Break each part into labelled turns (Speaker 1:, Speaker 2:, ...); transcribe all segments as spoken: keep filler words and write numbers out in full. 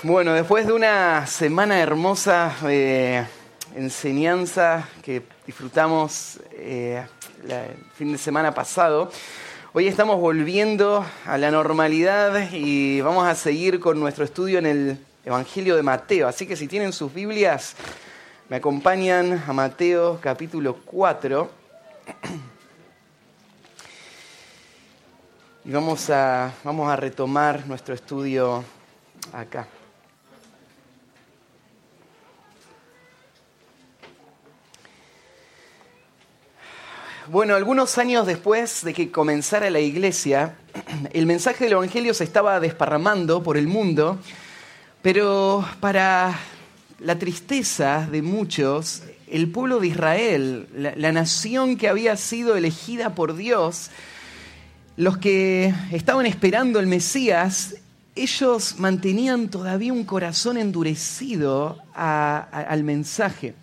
Speaker 1: Bueno, después de una semana hermosa de enseñanza que disfrutamos eh, la, el fin de semana pasado, hoy estamos volviendo a la normalidad y vamos a seguir con nuestro estudio en el Evangelio de Mateo. Así que si tienen sus Biblias, me acompañan a Mateo capítulo cuatro. Y vamos a, vamos a retomar nuestro estudio acá. Bueno, algunos años después de que comenzara la iglesia, el mensaje del Evangelio se estaba desparramando por el mundo, pero para la tristeza de muchos, el pueblo de Israel, la, la nación que había sido elegida por Dios, los que estaban esperando el Mesías, ellos mantenían todavía un corazón endurecido a, a, al mensaje.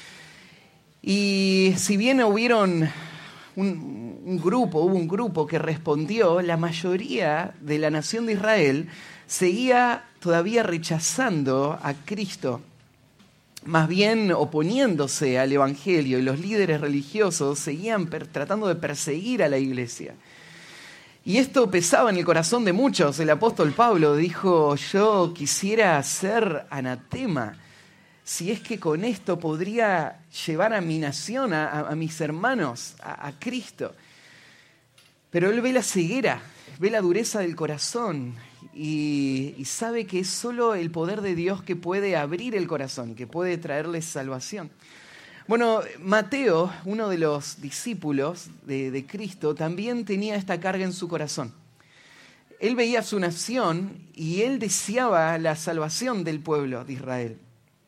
Speaker 1: Y si bien hubieron un, un grupo, hubo un grupo que respondió, la mayoría de la nación de Israel seguía todavía rechazando a Cristo, más bien oponiéndose al Evangelio, y los líderes religiosos seguían per- tratando de perseguir a la iglesia. Y esto pesaba en el corazón de muchos. El apóstol Pablo dijo: yo quisiera ser anatema, si es que con esto podría llevar a mi nación, a, a mis hermanos, a, a Cristo. Pero él ve la ceguera, ve la dureza del corazón y, y sabe que es solo el poder de Dios que puede abrir el corazón, que puede traerles salvación. Bueno, Mateo, uno de los discípulos de, de Cristo, también tenía esta carga en su corazón. Él veía su nación y él deseaba la salvación del pueblo de Israel.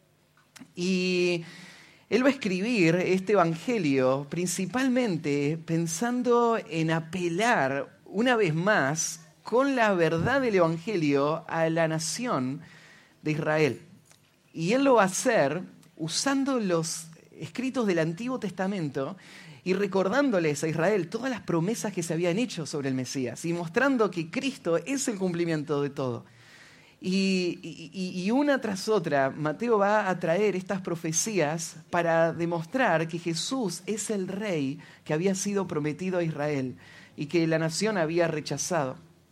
Speaker 1: Y él va a escribir este evangelio principalmente pensando en apelar una vez más con la verdad del evangelio a la nación de Israel. Y él lo va a hacer usando los escritos del Antiguo Testamento y recordándoles a Israel todas las promesas que se habían hecho sobre el Mesías y mostrando que Cristo es el cumplimiento de todo. Y, y, y una tras otra, Mateo va a traer estas profecías para demostrar que Jesús es el rey que había sido prometido a Israel y que la nación había rechazado.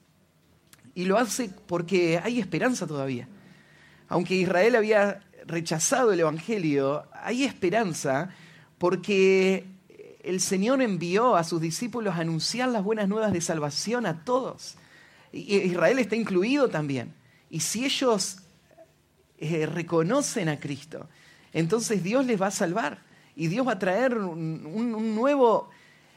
Speaker 1: Y lo hace porque hay esperanza todavía. Aunque Israel había rechazado el Evangelio, hay esperanza porque el Señor envió a sus discípulos a anunciar las buenas nuevas de salvación a todos. Y Israel está incluido también. Y si ellos eh, reconocen a Cristo, entonces Dios les va a salvar. Y Dios va a traer un, un, un nuevo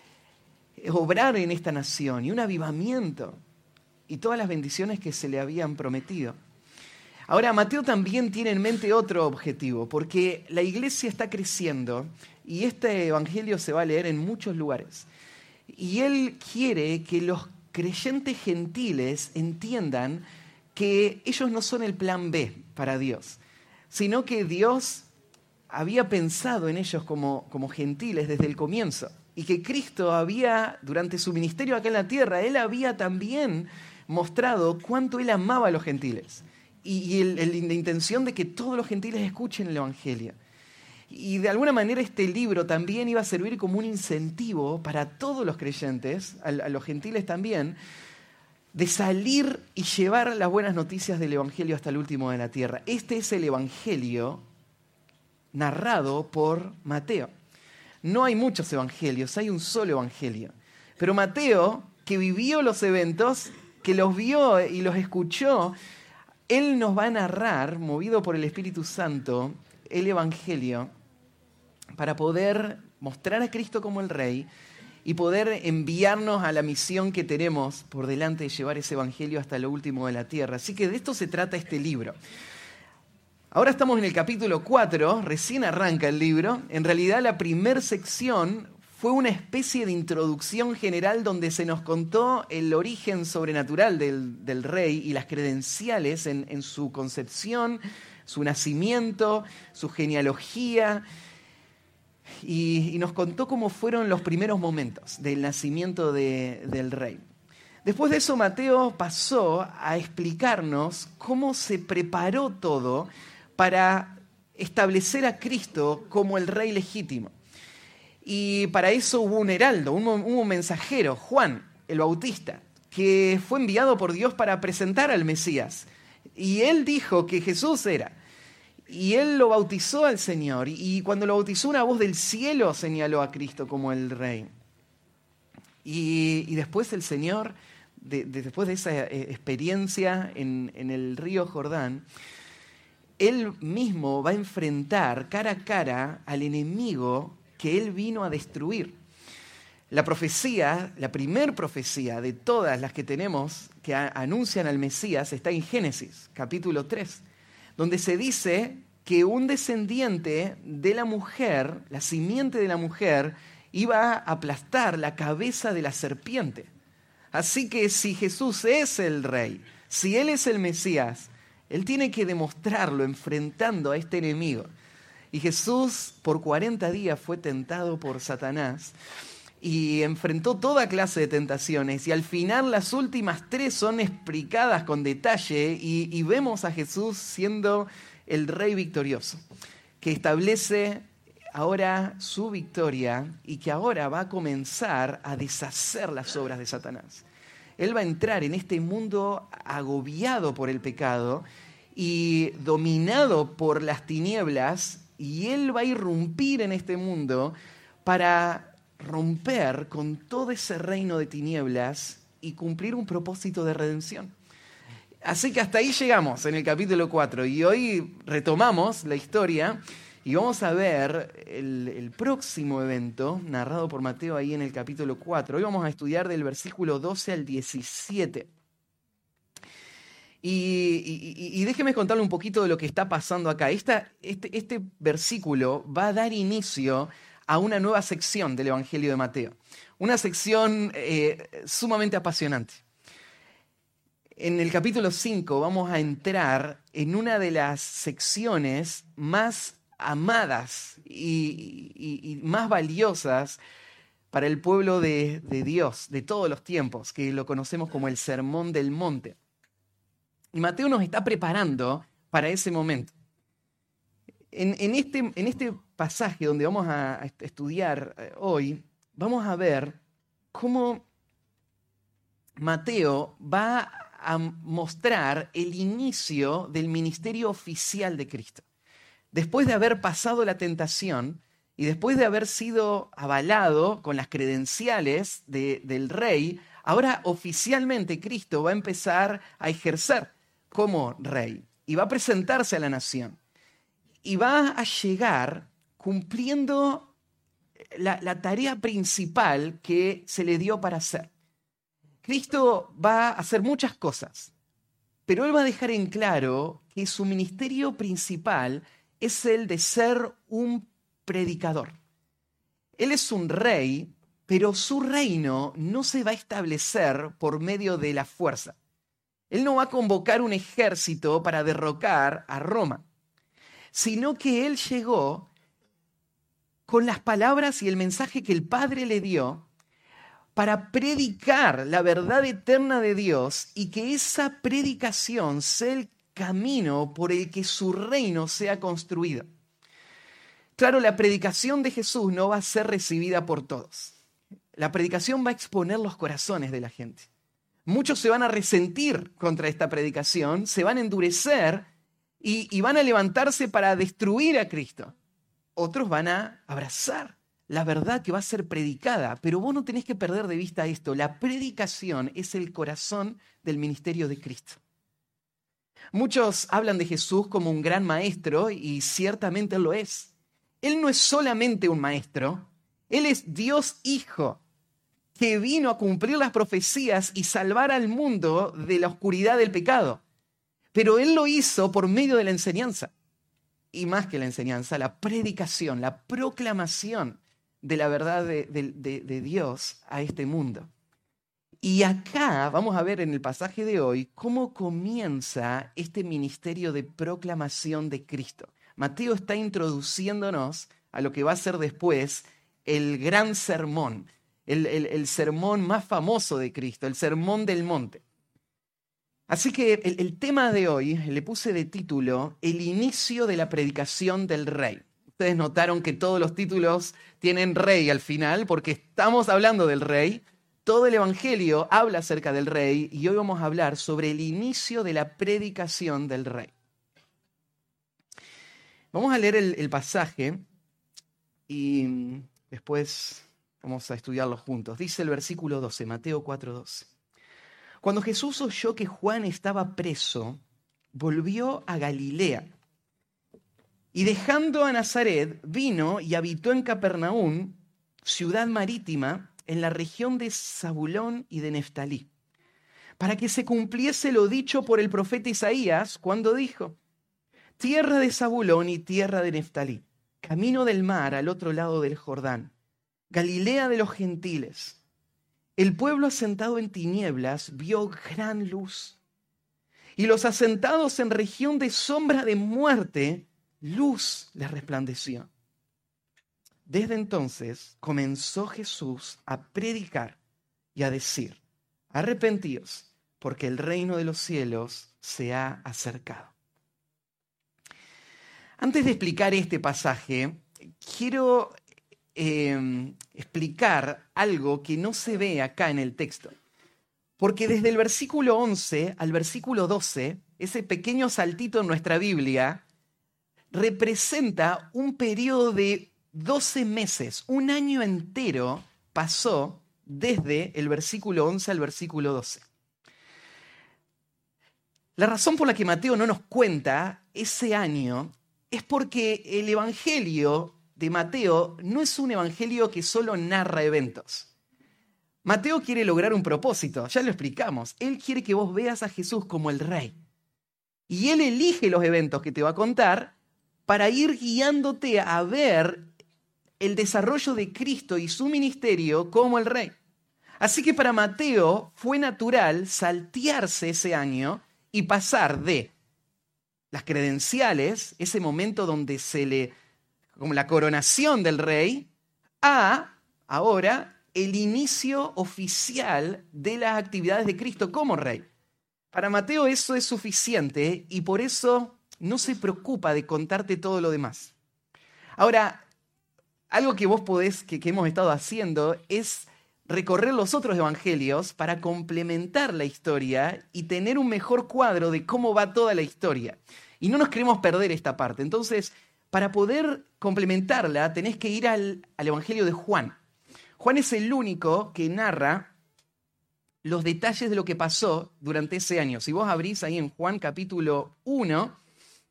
Speaker 1: obrar en esta nación y un avivamiento y todas las bendiciones que se le habían prometido. Ahora, Mateo también tiene en mente otro objetivo, porque la iglesia está creciendo y este evangelio se va a leer en muchos lugares. Y él quiere que los creyentes gentiles entiendan que ellos no son el plan B para Dios, sino que Dios había pensado en ellos como, como gentiles desde el comienzo y que Cristo había, durante su ministerio acá en la tierra, él había también mostrado cuánto él amaba a los gentiles. Y el, el, la intención de que todos los gentiles escuchen el Evangelio. Y de alguna manera este libro también iba a servir como un incentivo para todos los creyentes, a, a los gentiles también, de salir y llevar las buenas noticias del Evangelio hasta el último de la tierra. Este es el Evangelio narrado por Mateo. No hay muchos evangelios, hay un solo Evangelio. Pero Mateo, que vivió los eventos, que los vio y los escuchó, él nos va a narrar, movido por el Espíritu Santo, el Evangelio para poder mostrar a Cristo como el Rey y poder enviarnos a la misión que tenemos por delante de llevar ese Evangelio hasta lo último de la tierra. Así que de esto se trata este libro. Ahora estamos en el capítulo cuatro, recién arranca el libro. En realidad la primera sección fue una especie de introducción general donde se nos contó el origen sobrenatural del, del rey y las credenciales en, en su concepción, su nacimiento, su genealogía. Y, y nos contó cómo fueron los primeros momentos del nacimiento de, del rey. Después de eso, Mateo pasó a explicarnos cómo se preparó todo para establecer a Cristo como el rey legítimo. Y para eso hubo un heraldo, hubo un mensajero, Juan el Bautista, que fue enviado por Dios para presentar al Mesías. Y él dijo que Jesús era. Y él lo bautizó al Señor. Y cuando lo bautizó, una voz del cielo señaló a Cristo como el rey. Y, y después el Señor, de, de, después de esa experiencia en, en el río Jordán, él mismo va a enfrentar cara a cara al enemigo que él vino a destruir. La profecía, la primer profecía de todas las que tenemos que a, anuncian al Mesías está en Génesis, capítulo tres, donde se dice que un descendiente de la mujer, la simiente de la mujer, iba a aplastar la cabeza de la serpiente. Así que si Jesús es el rey, si Él es el Mesías, Él tiene que demostrarlo enfrentando a este enemigo. Y Jesús por cuarenta días fue tentado por Satanás y enfrentó toda clase de tentaciones. Y al final las últimas tres son explicadas con detalle y, y vemos a Jesús siendo el rey victorioso, que establece ahora su victoria y que ahora va a comenzar a deshacer las obras de Satanás. Él va a entrar en este mundo agobiado por el pecado y dominado por las tinieblas, y Él va a irrumpir en este mundo para romper con todo ese reino de tinieblas y cumplir un propósito de redención. Así que hasta ahí llegamos en el capítulo cuatro y hoy retomamos la historia y vamos a ver el, el próximo evento narrado por Mateo ahí en el capítulo cuatro. Hoy vamos a estudiar del versículo doce al diecisiete. Y, y, y déjeme contarle un poquito de lo que está pasando acá. Esta, este, este versículo va a dar inicio a una nueva sección del Evangelio de Mateo. Una sección eh, sumamente apasionante. En el capítulo cinco vamos a entrar en una de las secciones más amadas y, y, y más valiosas para el pueblo de, de Dios, de todos los tiempos, que lo conocemos como el Sermón del Monte. Y Mateo nos está preparando para ese momento. En, en, este, en este pasaje donde vamos a, a estudiar hoy, vamos a ver cómo Mateo va a mostrar el inicio del ministerio oficial de Cristo. Después de haber pasado la tentación y después de haber sido avalado con las credenciales de, del rey, ahora oficialmente Cristo va a empezar a ejercer como rey y va a presentarse a la nación. Y va a llegar cumpliendo la, la tarea principal que se le dio para hacer. Cristo va a hacer muchas cosas, pero Él va a dejar en claro que su ministerio principal es el de ser un predicador. Él es un rey, pero su reino no se va a establecer por medio de la fuerza. Él no va a convocar un ejército para derrocar a Roma, sino que Él llegó con las palabras y el mensaje que el Padre le dio para predicar la verdad eterna de Dios y que esa predicación sea el camino por el que su reino sea construido. Claro, la predicación de Jesús no va a ser recibida por todos. La predicación va a exponer los corazones de la gente. Muchos se van a resentir contra esta predicación, se van a endurecer y, y van a levantarse para destruir a Cristo. Otros van a abrazar la verdad que va a ser predicada, pero vos no tenés que perder de vista esto. La predicación es el corazón del ministerio de Cristo. Muchos hablan de Jesús como un gran maestro y ciertamente Él lo es. Él no es solamente un maestro, Él es Dios Hijo, que vino a cumplir las profecías y salvar al mundo de la oscuridad del pecado. Pero Él lo hizo por medio de la enseñanza. Y más que la enseñanza, la predicación, la proclamación de la verdad de, de, de, de Dios a este mundo. Y acá vamos a ver en el pasaje de hoy cómo comienza este ministerio de proclamación de Cristo. Mateo está introduciéndonos a lo que va a ser después el gran sermón, el, el, el sermón más famoso de Cristo, el Sermón del Monte. Así que el, el tema de hoy le puse de título El inicio de la predicación del Rey. Ustedes notaron que todos los títulos tienen Rey al final porque estamos hablando del Rey. Todo el Evangelio habla acerca del Rey y hoy vamos a hablar sobre el inicio de la predicación del Rey. Vamos a leer el, el pasaje y después vamos a estudiarlo juntos. Dice el versículo doce, Mateo cuatro doce. Cuando Jesús oyó que Juan estaba preso, volvió a Galilea. Y dejando a Nazaret, vino y habitó en Capernaum, ciudad marítima, en la región de Zabulón y de Neftalí, para que se cumpliese lo dicho por el profeta Isaías, cuando dijo: tierra de Zabulón y tierra de Neftalí, camino del mar al otro lado del Jordán, Galilea de los gentiles. El pueblo asentado en tinieblas vio gran luz, y los asentados en región de sombra de muerte, luz les resplandeció. Desde entonces comenzó Jesús a predicar y a decir: arrepentíos, porque el reino de los cielos se ha acercado. Antes de explicar este pasaje, quiero eh, explicar algo que no se ve acá en el texto. Porque desde el versículo once al versículo doce, ese pequeño saltito en nuestra Biblia representa un periodo de doce meses, un año entero pasó desde el versículo once al versículo doce. La razón por la que Mateo no nos cuenta ese año es porque el evangelio de Mateo no es un evangelio que solo narra eventos. Mateo quiere lograr un propósito, ya lo explicamos. Él quiere que vos veas a Jesús como el Rey. Y él elige los eventos que te va a contar para ir guiándote a ver el desarrollo de Cristo y su ministerio como el Rey. Así que para Mateo fue natural saltearse ese año y pasar de las credenciales, ese momento donde se le, como la coronación del Rey, a ahora el inicio oficial de las actividades de Cristo como Rey. Para Mateo eso es suficiente y por eso no se preocupa de contarte todo lo demás. Ahora, algo que vos podés, que, que hemos estado haciendo, es recorrer los otros evangelios para complementar la historia y tener un mejor cuadro de cómo va toda la historia. Y no nos queremos perder esta parte. Entonces, para poder complementarla, tenés que ir al, al evangelio de Juan. Juan es el único que narra los detalles de lo que pasó durante ese año. Si vos abrís ahí en Juan capítulo uno,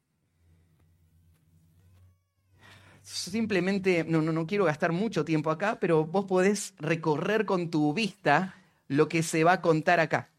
Speaker 1: simplemente, no, no, no quiero gastar mucho tiempo acá, pero vos podés recorrer con tu vista lo que se va a contar acá.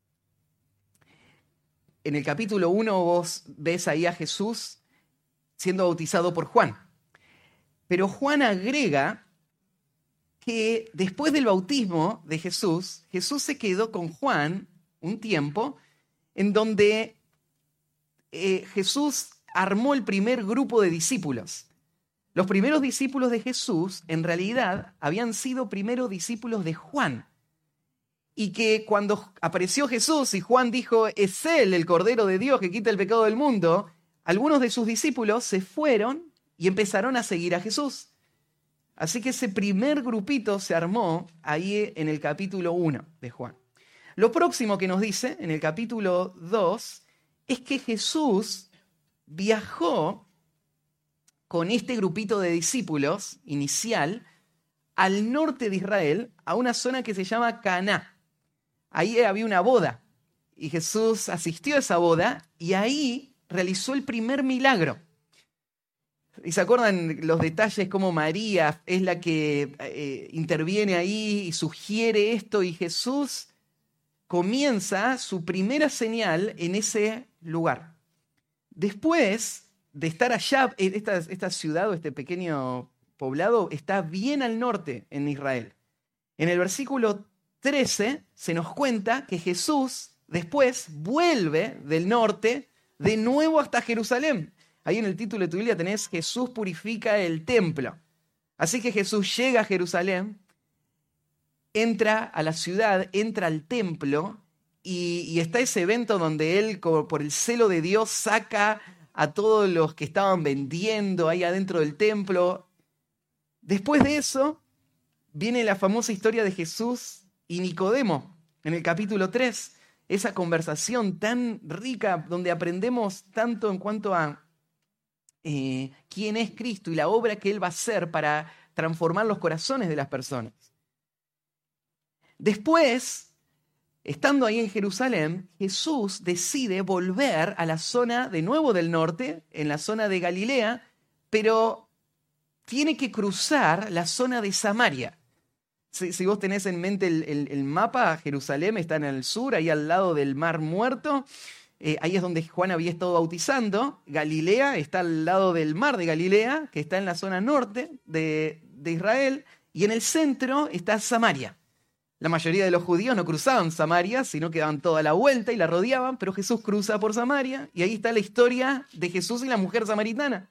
Speaker 1: En el capítulo uno vos ves ahí a Jesús siendo bautizado por Juan. Pero Juan agrega que después del bautismo de Jesús, Jesús se quedó con Juan un tiempo en donde eh, Jesús armó el primer grupo de discípulos. Los primeros discípulos de Jesús, en realidad, habían sido primero discípulos de Juan. Y que cuando apareció Jesús y Juan dijo, es Él el Cordero de Dios que quita el pecado del mundo, algunos de sus discípulos se fueron y empezaron a seguir a Jesús. Así que ese primer grupito se armó ahí en el capítulo uno de Juan. Lo próximo que nos dice en el capítulo dos es que Jesús viajó con este grupito de discípulos inicial al norte de Israel, a una zona que se llama Caná. Ahí había una boda y Jesús asistió a esa boda y ahí realizó el primer milagro. ¿Y se acuerdan los detalles cómo María es la que eh, interviene ahí y sugiere esto? Y Jesús comienza su primera señal en ese lugar. Después de estar allá, esta, esta ciudad o este pequeño poblado está bien al norte en Israel. En el versículo trece se nos cuenta que Jesús después vuelve del norte de nuevo hasta Jerusalén. Ahí en el título de tu Biblia tenés Jesús purifica el templo. Así que Jesús llega a Jerusalén entra a la ciudad, entra al templo y, y está ese evento donde él, como por el celo de Dios, saca a todos los que estaban vendiendo ahí adentro del templo. Después de eso, viene la famosa historia de Jesús y Nicodemo en el capítulo tres. Esa conversación tan rica donde aprendemos tanto en cuanto a eh, quién es Cristo y la obra que Él va a hacer para transformar los corazones de las personas. Después, estando ahí en Jerusalén, Jesús decide volver a la zona de nuevo del norte, en la zona de Galilea, pero tiene que cruzar la zona de Samaria. Si, si vos tenés en mente el, el, el mapa, Jerusalén está en el sur, ahí al lado del Mar Muerto. Eh, ahí es donde Juan había estado bautizando. Galilea está al lado del mar de Galilea, que está en la zona norte de, de Israel. Y en el centro está Samaria. La mayoría de los judíos no cruzaban Samaria, sino que daban toda la vuelta y la rodeaban, pero Jesús cruza por Samaria. Y ahí está la historia de Jesús y la mujer samaritana.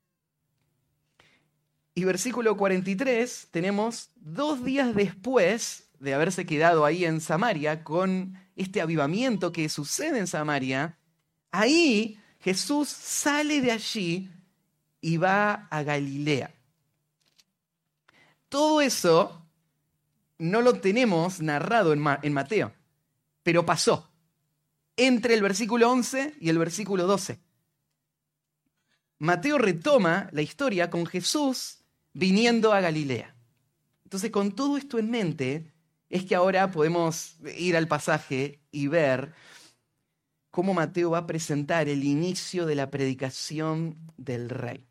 Speaker 1: Y versículo cuarenta y tres, tenemos dos días después de haberse quedado ahí en Samaria con este avivamiento que sucede en Samaria, ahí Jesús sale de allí y va a Galilea. Todo eso no lo tenemos narrado en, Ma- en Mateo, pero pasó entre el versículo once y el versículo doce. Mateo retoma la historia con Jesús viniendo a Galilea. Entonces, con todo esto en mente, es que ahora podemos ir al pasaje y ver cómo Mateo va a presentar el inicio de la predicación del Rey.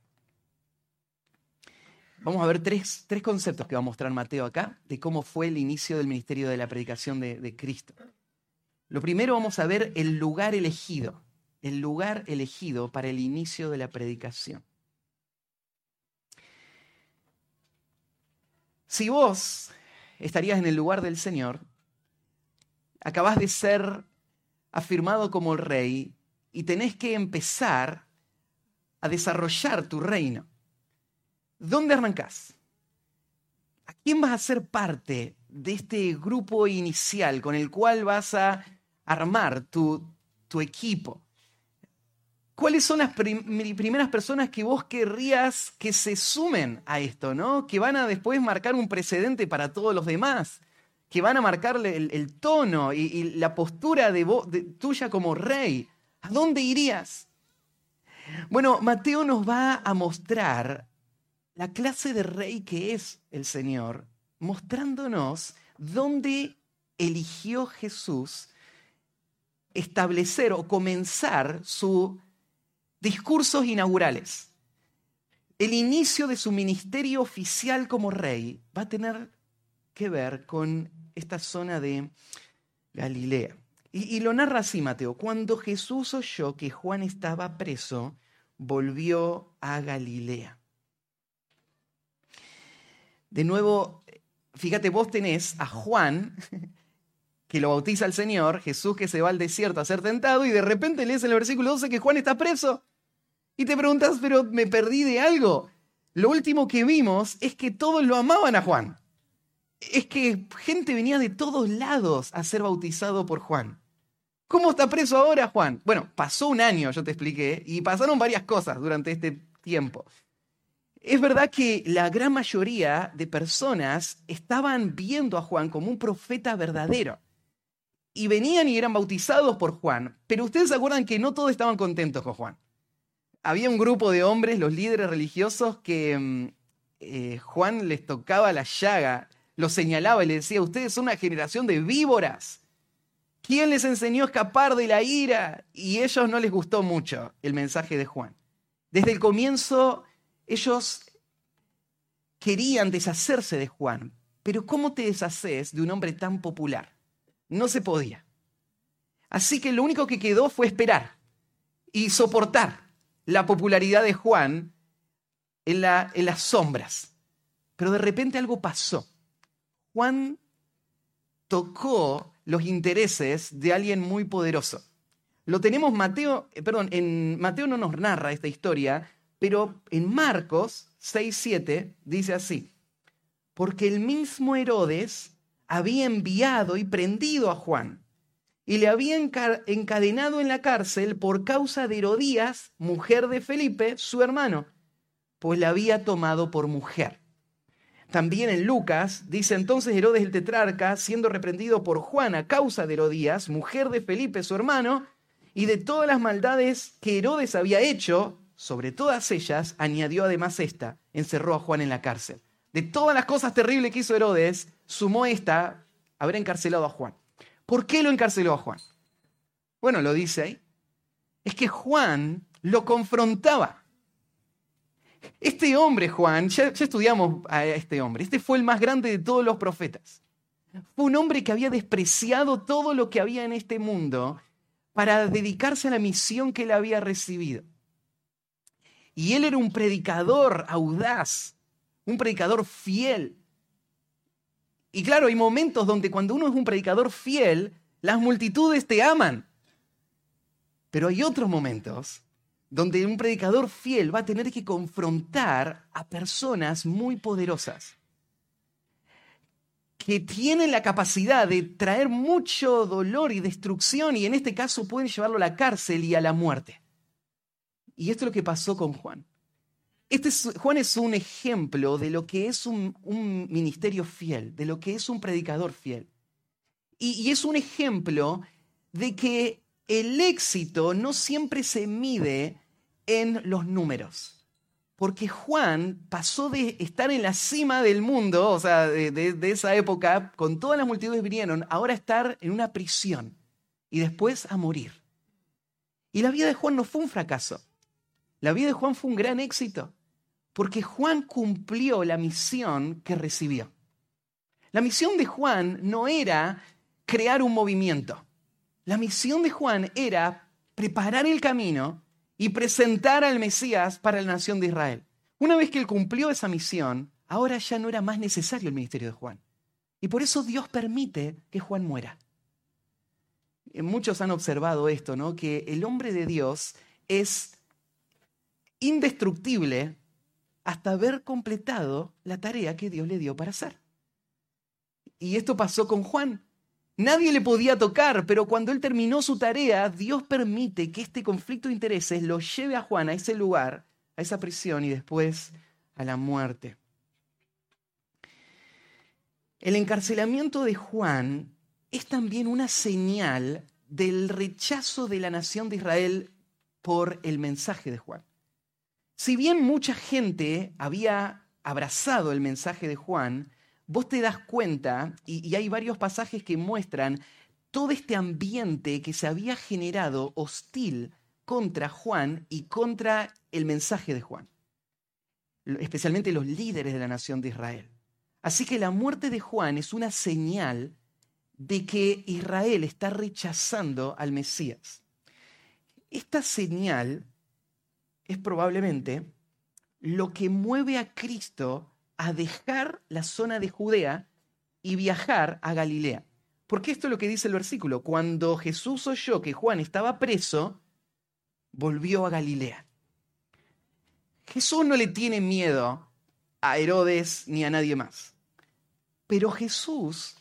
Speaker 1: Vamos a ver tres, tres conceptos que va a mostrar Mateo acá, de cómo fue el inicio del ministerio de la predicación de, de Cristo. Lo primero, vamos a ver el lugar elegido, el lugar elegido para el inicio de la predicación. Si vos estarías en el lugar del Señor, acabás de ser afirmado como el rey y tenés que empezar a desarrollar tu reino. ¿Dónde arrancás? ¿A quién vas a ser parte de este grupo inicial con el cual vas a armar tu, tu equipo? ¿Cuáles son las prim- primeras personas que vos querrías que se sumen a esto, ¿no? Que van a después marcar un precedente para todos los demás, que van a marcarle el, el tono y, y la postura de vos, de, tuya como rey. ¿A dónde irías? Bueno, Mateo nos va a mostrar la clase de rey que es el Señor, mostrándonos dónde eligió Jesús establecer o comenzar su discursos inaugurales. El inicio de su ministerio oficial como rey va a tener que ver con esta zona de Galilea. Y, y lo narra así Mateo. Cuando Jesús oyó que Juan estaba preso, volvió a Galilea. De nuevo, fíjate, vos tenés a Juan, que lo bautiza el Señor, Jesús que se va al desierto a ser tentado, y de repente lees en el versículo doce que Juan está preso. Y te preguntas, pero me perdí de algo. Lo último que vimos es que todos lo amaban a Juan. Es que gente venía de todos lados a ser bautizado por Juan. ¿Cómo está preso ahora Juan? Bueno, pasó un año, yo te expliqué, y pasaron varias cosas durante este tiempo. Es verdad que la gran mayoría de personas estaban viendo a Juan como un profeta verdadero. Y venían y eran bautizados por Juan. Pero ustedes se acuerdan que no todos estaban contentos con Juan. Había un grupo de hombres, los líderes religiosos, que eh, Juan les tocaba la llaga, los señalaba y les decía, ustedes son una generación de víboras. ¿Quién les enseñó a escapar de la ira? Y a ellos no les gustó mucho el mensaje de Juan. Desde el comienzo, ellos querían deshacerse de Juan. Pero ¿cómo te deshaces de un hombre tan popular? No se podía. Así que lo único que quedó fue esperar y soportar la popularidad de Juan en, la, en las sombras. Pero de repente algo pasó. Juan tocó los intereses de alguien muy poderoso. Lo tenemos Mateo, eh, perdón, en Mateo no nos narra esta historia, pero en Marcos seis siete dice así: porque el mismo Herodes había enviado y prendido a Juan y le había encadenado en la cárcel por causa de Herodías, mujer de Felipe, su hermano, pues la había tomado por mujer. También en Lucas dice: entonces Herodes el tetrarca, siendo reprendido por Juan a causa de Herodías, mujer de Felipe, su hermano, y de todas las maldades que Herodes había hecho, sobre todas ellas añadió además esta: encerró a Juan en la cárcel. De todas las cosas terribles que hizo Herodes, sumó esta: haber encarcelado a Juan. ¿Por qué lo encarceló a Juan? Bueno, lo dice ahí. Es que Juan lo confrontaba. Este hombre, Juan, ya, ya estudiamos a este hombre, este fue el más grande de todos los profetas. Fue un hombre que había despreciado todo lo que había en este mundo para dedicarse a la misión que él había recibido. Y él era un predicador audaz, un predicador fiel. Y claro, hay momentos donde cuando uno es un predicador fiel, las multitudes te aman. Pero hay otros momentos donde un predicador fiel va a tener que confrontar a personas muy poderosas, que tienen la capacidad de traer mucho dolor y destrucción, y en este caso pueden llevarlo a la cárcel y a la muerte. Y esto es lo que pasó con Juan. Este es, Juan es un ejemplo de lo que es un, un ministerio fiel, de lo que es un predicador fiel. Y, y es un ejemplo de que el éxito no siempre se mide en los números. Porque Juan pasó de estar en la cima del mundo, o sea, de, de, de esa época, con todas las multitudes vinieron, ahora a estar en una prisión y después a morir. Y la vida de Juan no fue un fracaso. La vida de Juan fue un gran éxito, porque Juan cumplió la misión que recibió. La misión de Juan no era crear un movimiento. La misión de Juan era preparar el camino y presentar al Mesías para la nación de Israel. Una vez que él cumplió esa misión, ahora ya no era más necesario el ministerio de Juan. Y por eso Dios permite que Juan muera. Muchos han observado esto, ¿no? Que el hombre de Dios es indestructible hasta haber completado la tarea que Dios le dio para hacer. Y esto pasó con Juan. Nadie le podía tocar, pero cuando él terminó su tarea, Dios permite que este conflicto de intereses lo lleve a Juan a ese lugar, a esa prisión y después a la muerte. El encarcelamiento de Juan es también una señal del rechazo de la nación de Israel por el mensaje de Juan. Si bien mucha gente había abrazado el mensaje de Juan, vos te das cuenta, y, y hay varios pasajes que muestran todo este ambiente que se había generado hostil contra Juan y contra el mensaje de Juan, especialmente los líderes de la nación de Israel. Así que la muerte de Juan es una señal de que Israel está rechazando al Mesías. Esta señal es probablemente lo que mueve a Cristo a dejar la zona de Judea y viajar a Galilea. Porque esto es lo que dice el versículo. Cuando Jesús oyó que Juan estaba preso, volvió a Galilea. Jesús no le tiene miedo a Herodes ni a nadie más. Pero Jesús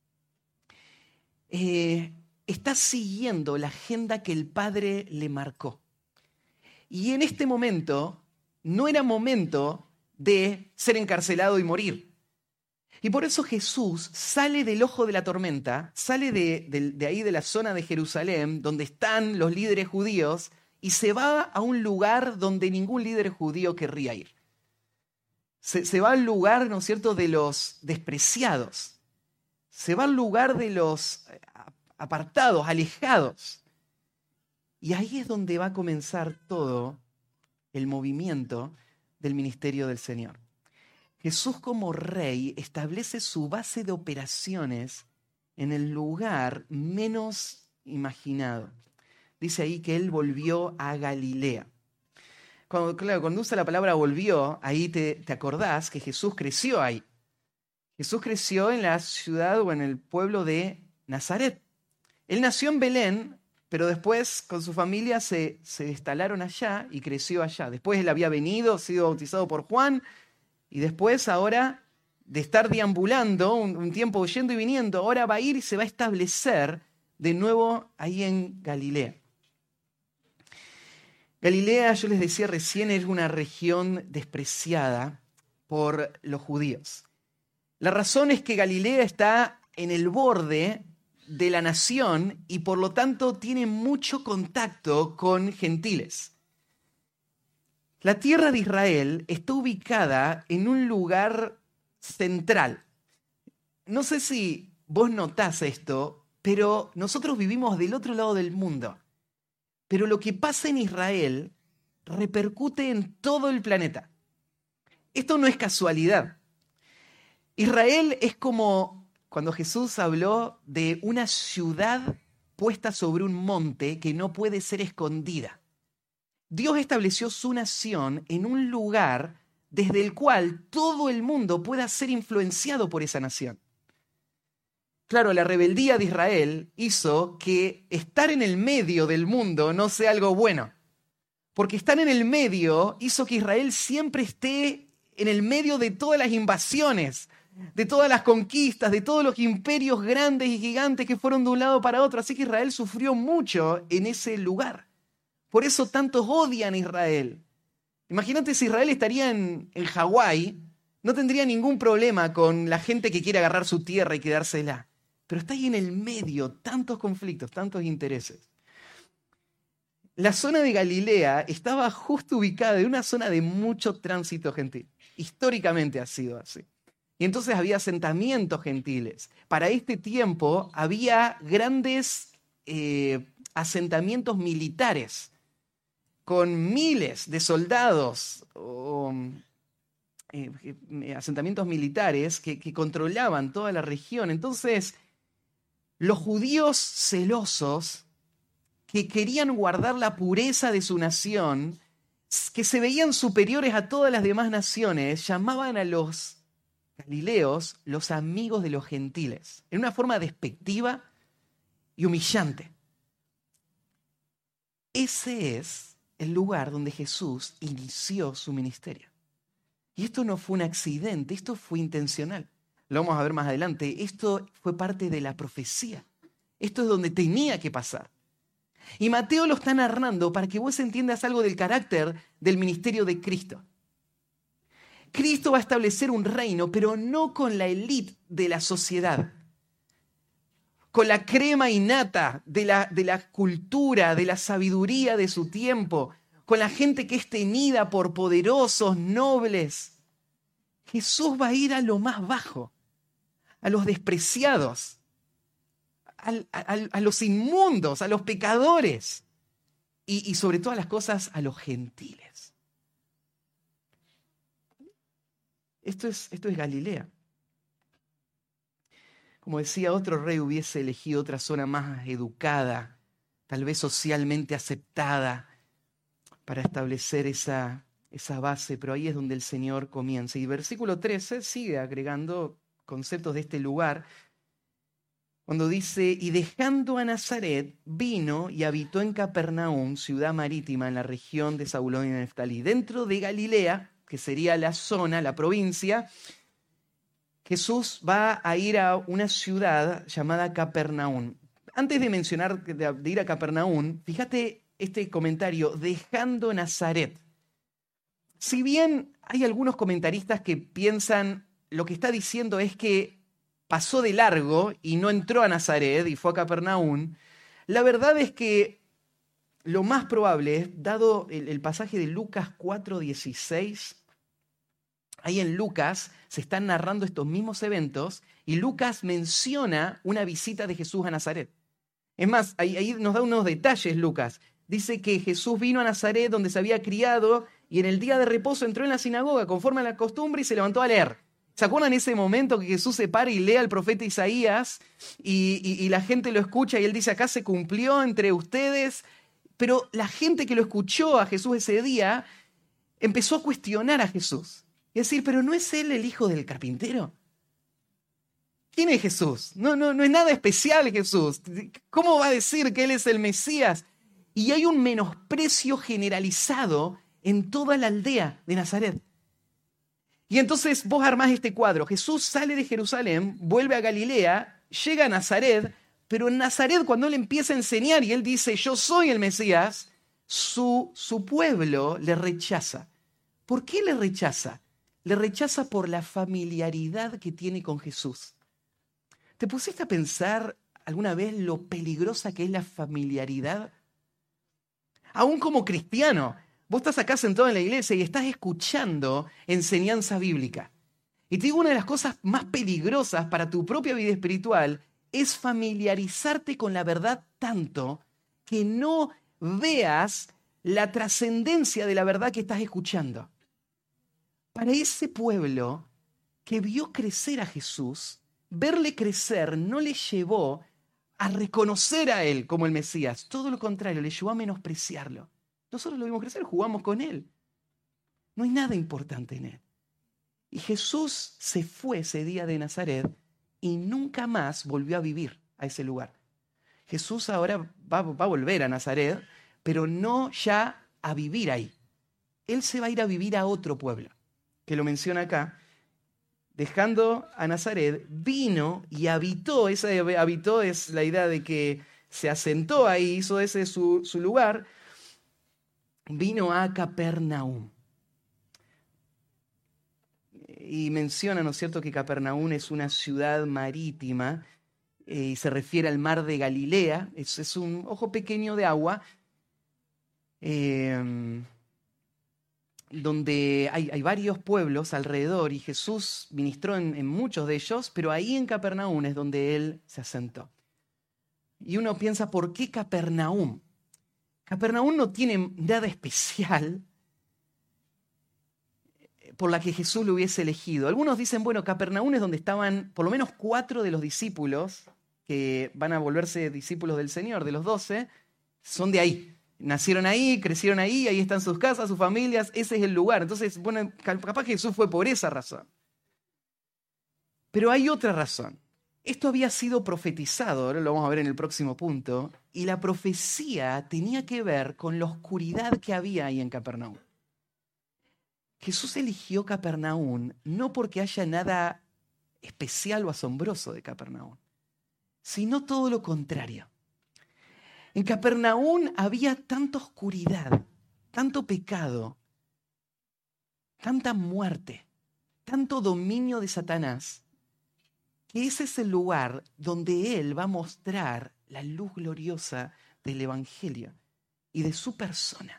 Speaker 1: eh, está siguiendo la agenda que el Padre le marcó. Y en este momento no era momento de ser encarcelado y morir. Y por eso Jesús sale del ojo de la tormenta, sale de, de, de ahí de la zona de Jerusalén, donde están los líderes judíos, y se va a un lugar donde ningún líder judío querría ir. Se, se va al lugar, ¿no es cierto?, de los despreciados. Se va al lugar de los apartados, alejados. Y ahí es donde va a comenzar todo el movimiento del ministerio del Señor. Jesús como rey establece su base de operaciones en el lugar menos imaginado. Dice ahí que él volvió a Galilea. Cuando, claro, cuando usa la palabra volvió, ahí te, te acordás que Jesús creció ahí. Jesús creció en la ciudad o en el pueblo de Nazaret. Él nació en Belén, pero después con su familia se, se instalaron allá y creció allá. Después él había venido, sido bautizado por Juan, y después ahora de estar deambulando un, un tiempo yendo y viniendo, ahora va a ir y se va a establecer de nuevo ahí en Galilea. Galilea, yo les decía recién, es una región despreciada por los judíos. La razón es que Galilea está en el borde de la nación y por lo tanto tiene mucho contacto con gentiles. La tierra de Israel está ubicada en un lugar central. No sé si vos notás esto, pero nosotros vivimos del otro lado del mundo. Pero lo que pasa en Israel repercute en todo el planeta. Esto no es casualidad. Israel es como cuando Jesús habló de una ciudad puesta sobre un monte que no puede ser escondida. Dios estableció su nación en un lugar desde el cual todo el mundo pueda ser influenciado por esa nación. Claro, la rebeldía de Israel hizo que estar en el medio del mundo no sea algo bueno. Porque estar en el medio hizo que Israel siempre esté en el medio de todas las invasiones, de todas las conquistas, de todos los imperios grandes y gigantes que fueron de un lado para otro. Así que Israel sufrió mucho en ese lugar. Por eso tantos odian a Israel. Imagínate si Israel estaría en, en Hawái, no tendría ningún problema con la gente que quiere agarrar su tierra y quedársela. Pero está ahí en el medio, tantos conflictos, tantos intereses. La zona de Galilea estaba justo ubicada en una zona de mucho tránsito gentil. Históricamente ha sido así. Y entonces había asentamientos gentiles. Para este tiempo había grandes eh, asentamientos militares con miles de soldados o eh, eh, asentamientos militares que, que controlaban toda la región. Entonces, los judíos celosos que querían guardar la pureza de su nación, que se veían superiores a todas las demás naciones, llamaban a los galileos los amigos de los gentiles, en una forma despectiva y humillante. Ese es el lugar donde Jesús inició su ministerio. Y esto no fue un accidente, esto fue intencional. Lo vamos a ver más adelante. Esto fue parte de la profecía. Esto es donde tenía que pasar. Y Mateo lo está narrando para que vos entiendas algo del carácter del ministerio de Cristo. Cristo va a establecer un reino, pero no con la élite de la sociedad, con la crema innata de la, de la cultura, de la sabiduría de su tiempo, con la gente que es tenida por poderosos, nobles. Jesús va a ir a lo más bajo, a los despreciados, a, a, a los inmundos, a los pecadores y, y sobre todas las cosas a los gentiles. Esto es, esto es Galilea. Como decía, otro rey hubiese elegido otra zona más educada, tal vez socialmente aceptada, para establecer esa, esa base, pero ahí es donde el Señor comienza. Y versículo trece sigue agregando conceptos de este lugar, cuando dice, y dejando a Nazaret, vino y habitó en Capernaum, ciudad marítima en la región de Zabulón y Neftalí. Dentro de Galilea, que sería la zona, la provincia, Jesús va a ir a una ciudad llamada Capernaum. Antes de mencionar, de ir a Capernaum, fíjate este comentario, dejando Nazaret. Si bien hay algunos comentaristas que piensan, lo que está diciendo es que pasó de largo y no entró a Nazaret y fue a Capernaum, la verdad es que lo más probable es, dado el, el pasaje de Lucas cuatro dieciséis, ahí en Lucas se están narrando estos mismos eventos y Lucas menciona una visita de Jesús a Nazaret. Es más, ahí, ahí nos da unos detalles Lucas. Dice que Jesús vino a Nazaret donde se había criado y en el día de reposo entró en la sinagoga conforme a la costumbre y se levantó a leer. ¿Se acuerdan ese momento que Jesús se para y lee al profeta Isaías y, y, y la gente lo escucha y él dice, acá se cumplió entre ustedes? Pero la gente que lo escuchó a Jesús ese día empezó a cuestionar a Jesús. Y decir, ¿pero no es él el hijo del carpintero? ¿Quién es Jesús? No, no, no es nada especial Jesús. ¿Cómo va a decir que él es el Mesías? Y hay un menosprecio generalizado en toda la aldea de Nazaret. Y entonces vos armás este cuadro. Jesús sale de Jerusalén, vuelve a Galilea, llega a Nazaret, pero en Nazaret cuando él empieza a enseñar y él dice, yo soy el Mesías, su, su pueblo le rechaza. ¿Por qué le rechaza? Le rechaza por la familiaridad que tiene con Jesús. ¿Te pusiste a pensar alguna vez lo peligrosa que es la familiaridad? Aún como cristiano, vos estás acá sentado en la iglesia y estás escuchando enseñanza bíblica. Y te digo, una de las cosas más peligrosas para tu propia vida espiritual es familiarizarte con la verdad tanto que no veas la trascendencia de la verdad que estás escuchando. Para ese pueblo que vio crecer a Jesús, verle crecer no le llevó a reconocer a él como el Mesías. Todo lo contrario, le llevó a menospreciarlo. Nosotros lo vimos crecer, jugamos con él. No hay nada importante en él. Y Jesús se fue ese día de Nazaret y nunca más volvió a vivir a ese lugar. Jesús ahora va, va a volver a Nazaret, pero no ya a vivir ahí. Él se va a ir a vivir a otro pueblo, que lo menciona acá. Dejando a Nazaret, vino y habitó. Esa de habitó es la idea de que se asentó ahí, hizo ese su, su lugar. Vino a Capernaum. Y menciona, ¿no es cierto?, que Capernaum es una ciudad marítima eh, y se refiere al mar de Galilea. Es, es un ojo pequeño de agua eh, donde hay, hay varios pueblos alrededor y Jesús ministró en, en muchos de ellos, pero ahí en Capernaum es donde él se asentó. Y uno piensa, ¿por qué Capernaum? Capernaum no tiene nada especial por la que Jesús lo hubiese elegido. Algunos dicen, bueno, Capernaum es donde estaban por lo menos cuatro de los discípulos que van a volverse discípulos del Señor, de los doce, son de ahí. Nacieron ahí, crecieron ahí, ahí están sus casas, sus familias, ese es el lugar. Entonces, bueno, capaz que Jesús fue por esa razón. Pero hay otra razón. Esto había sido profetizado, ahora lo vamos a ver en el próximo punto, y la profecía tenía que ver con la oscuridad que había ahí en Capernaum. Jesús eligió Capernaum no porque haya nada especial o asombroso de Capernaum, sino todo lo contrario. En Capernaum había tanta oscuridad, tanto pecado, tanta muerte, tanto dominio de Satanás, que ese es el lugar donde Él va a mostrar la luz gloriosa del Evangelio y de su persona.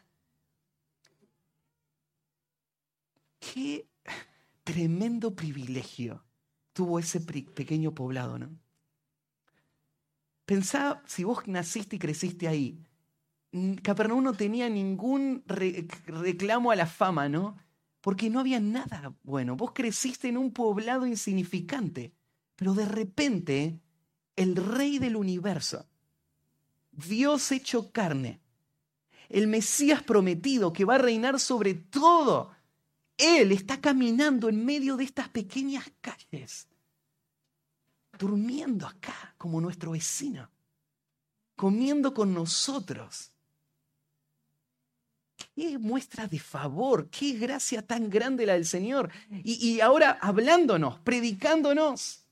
Speaker 1: Qué tremendo privilegio tuvo ese pequeño poblado, ¿no? Pensá, si vos naciste y creciste ahí, Capernaum no tenía ningún re- reclamo a la fama, ¿no? Porque no había nada bueno. Vos creciste en un poblado insignificante, pero de repente el Rey del universo, Dios hecho carne, el Mesías prometido que va a reinar sobre todo, Él está caminando en medio de estas pequeñas calles, durmiendo acá como nuestro vecino, comiendo con nosotros. Qué muestra de favor, qué gracia tan grande la del Señor. Y, y ahora hablándonos, predicándonos.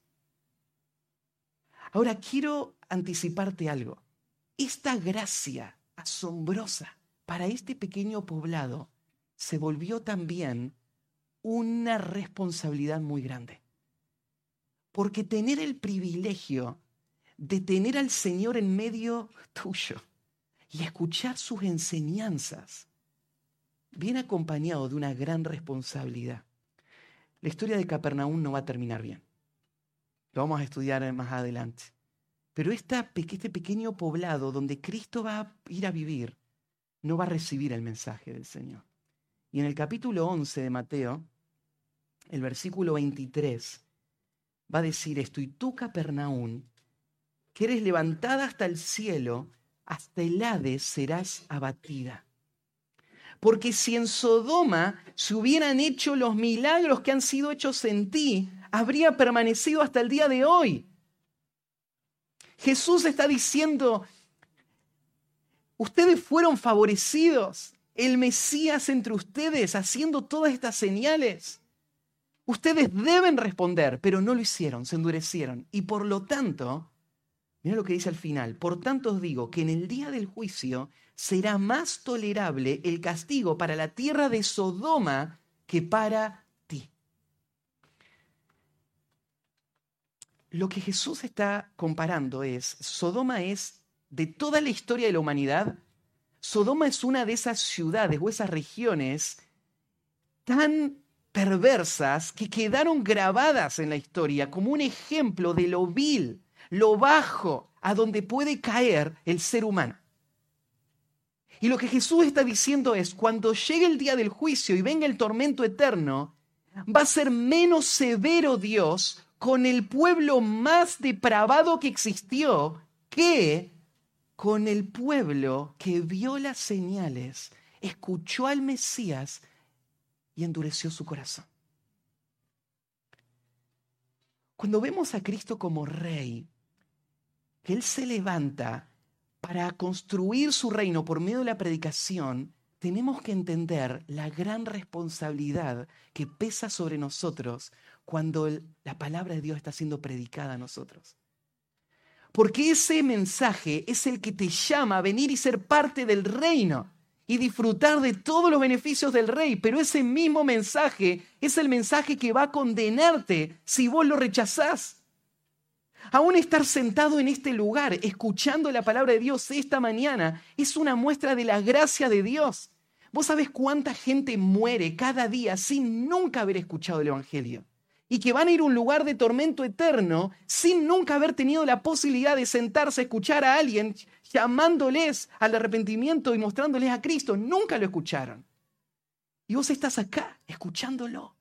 Speaker 1: Ahora quiero anticiparte algo. Esta gracia asombrosa para este pequeño poblado se volvió también una responsabilidad muy grande. Porque tener el privilegio de tener al Señor en medio tuyo y escuchar sus enseñanzas viene acompañado de una gran responsabilidad. La historia de Capernaum no va a terminar bien. Lo vamos a estudiar más adelante. Pero esta, este pequeño poblado donde Cristo va a ir a vivir no va a recibir el mensaje del Señor. Y en el capítulo once de Mateo, el versículo veintitrés, va a decir esto: y tú, Capernaum, que eres levantada hasta el cielo, hasta el Hades serás abatida. Porque si en Sodoma se hubieran hecho los milagros que han sido hechos en ti, habría permanecido hasta el día de hoy. Jesús está diciendo, ustedes fueron favorecidos, el Mesías entre ustedes haciendo todas estas señales. Ustedes deben responder, pero no lo hicieron, se endurecieron. Y por lo tanto, mira lo que dice al final, por tanto os digo que en el día del juicio será más tolerable el castigo para la tierra de Sodoma que para ti. Lo que Jesús está comparando es, Sodoma es, de toda la historia de la humanidad, Sodoma es una de esas ciudades o esas regiones tan perversas que quedaron grabadas en la historia como un ejemplo de lo vil, lo bajo, a donde puede caer el ser humano. Y lo que Jesús está diciendo es, cuando llegue el día del juicio y venga el tormento eterno, va a ser menos severo Dios con el pueblo más depravado que existió que con el pueblo que vio las señales, escuchó al Mesías y endureció su corazón. Cuando vemos a Cristo como Rey, que Él se levanta para construir su reino por medio de la predicación, tenemos que entender la gran responsabilidad que pesa sobre nosotros cuando el, la palabra de Dios está siendo predicada a nosotros. Porque ese mensaje es el que te llama a venir y ser parte del reino y disfrutar de todos los beneficios del rey. Pero ese mismo mensaje es el mensaje que va a condenarte si vos lo rechazás. Aún estar sentado en este lugar, escuchando la palabra de Dios esta mañana, es una muestra de la gracia de Dios. ¿Vos sabés cuánta gente muere cada día sin nunca haber escuchado el Evangelio? Y que van a ir a un lugar de tormento eterno sin nunca haber tenido la posibilidad de sentarse a escuchar a alguien llamándoles al arrepentimiento y mostrándoles a Cristo. Nunca lo escucharon. Y vos estás acá escuchándolo.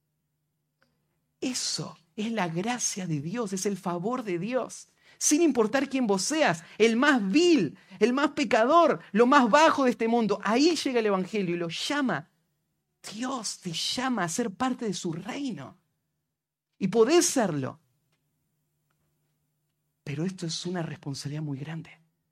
Speaker 1: Eso es la gracia de Dios, es el favor de Dios. Sin importar quién vos seas, el más vil, el más pecador, lo más bajo de este mundo, ahí llega el Evangelio y lo llama. Dios te llama a ser parte de su reino. Y podés serlo. Pero esto es una responsabilidad muy grande.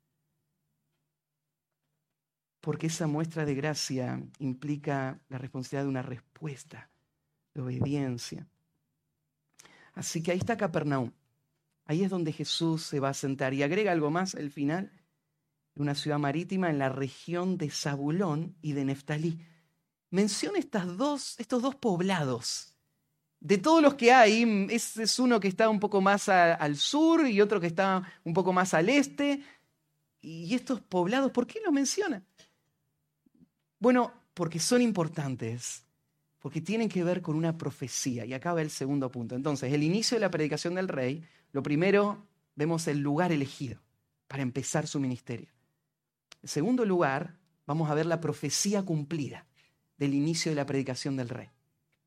Speaker 1: Porque esa muestra de gracia implica la responsabilidad de una respuesta, de obediencia. Así que ahí está Capernaum. Ahí es donde Jesús se va a sentar. Y agrega algo más al final. Una ciudad marítima en la región de Zabulón y de Neftalí. Menciona estas dos, estos dos poblados. De todos los que hay, es, es uno que está un poco más a, al sur y otro que está un poco más al este. Y estos poblados, ¿por qué los menciona? Bueno, porque son importantes, porque tienen que ver con una profecía. Y acá va el segundo punto. Entonces, el inicio de la predicación del rey, lo primero, vemos el lugar elegido para empezar su ministerio. En segundo lugar, vamos a ver la profecía cumplida del inicio de la predicación del rey.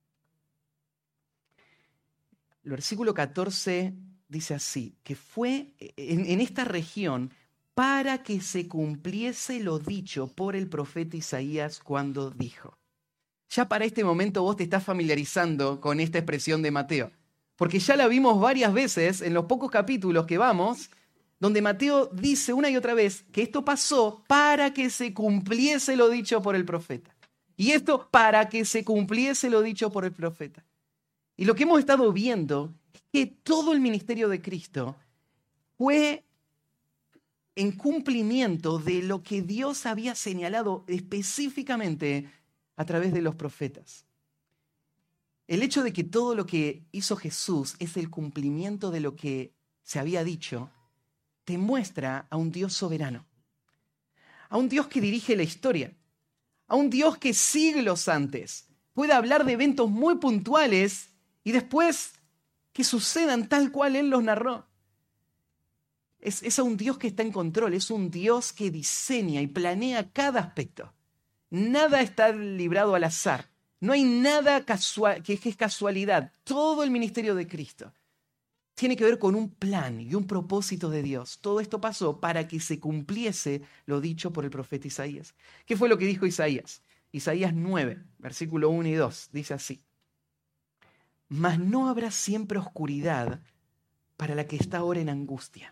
Speaker 1: El versículo catorce dice así, que fue en, en esta región para que se cumpliese lo dicho por el profeta Isaías cuando dijo. Ya para este momento vos te estás familiarizando con esta expresión de Mateo, porque ya la vimos varias veces en los pocos capítulos que vamos, donde Mateo dice una y otra vez que esto pasó para que se cumpliese lo dicho por el profeta. Y esto para que se cumpliese lo dicho por el profeta. Y lo que hemos estado viendo es que todo el ministerio de Cristo fue en cumplimiento de lo que Dios había señalado específicamente a través de los profetas. El hecho de que todo lo que hizo Jesús es el cumplimiento de lo que se había dicho, te muestra a un Dios soberano, a un Dios que dirige la historia, a un Dios que siglos antes puede hablar de eventos muy puntuales y después que sucedan tal cual Él los narró. Es, es a un Dios que está en control, es un Dios que diseña y planea cada aspecto. Nada está librado al azar. No hay nada casual, que es casualidad. Todo el ministerio de Cristo tiene que ver con un plan y un propósito de Dios. Todo esto pasó para que se cumpliese lo dicho por el profeta Isaías. ¿Qué fue lo que dijo Isaías? Isaías nueve, versículo uno y dos, dice así. Mas no habrá siempre oscuridad para la que está ahora en angustia.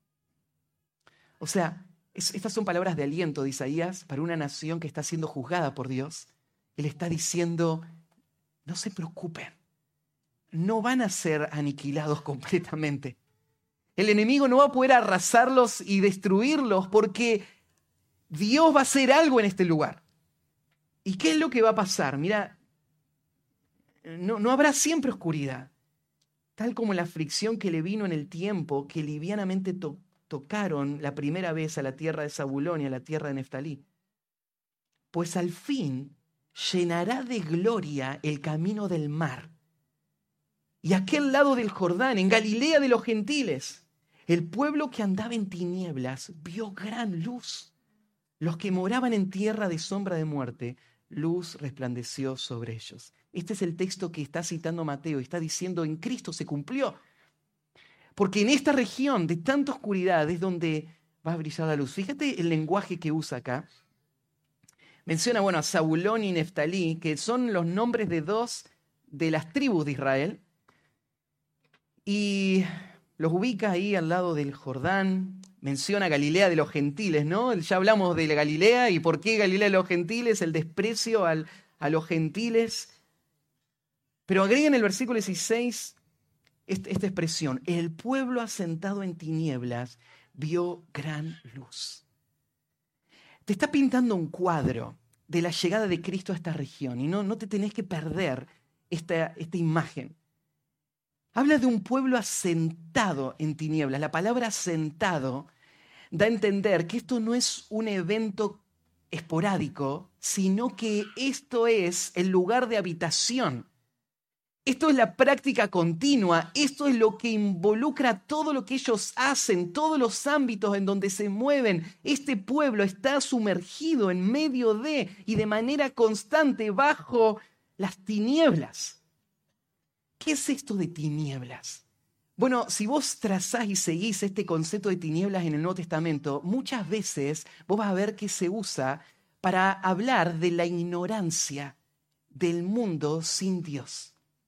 Speaker 1: O sea, es, estas son palabras de aliento de Isaías para una nación que está siendo juzgada por Dios. Él está diciendo, no se preocupen, no van a ser aniquilados completamente. El enemigo no va a poder arrasarlos y destruirlos porque Dios va a hacer algo en este lugar. ¿Y qué es lo que va a pasar? Mira, no, no habrá siempre oscuridad. Tal como la aflicción que le vino en el tiempo que livianamente to- tocaron la primera vez a la tierra de Zabulón y a la tierra de Neftalí. Pues al fin llenará de gloria el camino del mar. Y aquel lado del Jordán, en Galilea de los gentiles, el pueblo que andaba en tinieblas vio gran luz. Los que moraban en tierra de sombra de muerte, luz resplandeció sobre ellos. Este es el texto que está citando Mateo. Está diciendo, en Cristo se cumplió. Porque en esta región de tanta oscuridad es donde va a brillar la luz. Fíjate el lenguaje que usa acá. Menciona, bueno, a Zabulón y Neftalí, que son los nombres de dos de las tribus de Israel. Y los ubica ahí al lado del Jordán. Menciona Galilea de los gentiles, ¿no? Ya hablamos de la Galilea y por qué Galilea de los gentiles, el desprecio al, a los gentiles. Pero agrega en el versículo dieciséis esta, esta expresión: el pueblo asentado en tinieblas vio gran luz. Te está pintando un cuadro de la llegada de Cristo a esta región y no, no te tenés que perder esta, esta imagen. Habla de un pueblo asentado en tinieblas. La palabra asentado da a entender que esto no es un evento esporádico, sino que esto es el lugar de habitación. Esto es la práctica continua, esto es lo que involucra todo lo que ellos hacen, todos los ámbitos en donde se mueven. Este pueblo está sumergido en medio de y de manera constante bajo las tinieblas. ¿Qué es esto de tinieblas? Bueno, si vos trazás y seguís este concepto de tinieblas en el Nuevo Testamento, muchas veces vos vas a ver que se usa para hablar de la ignorancia del mundo sin Dios.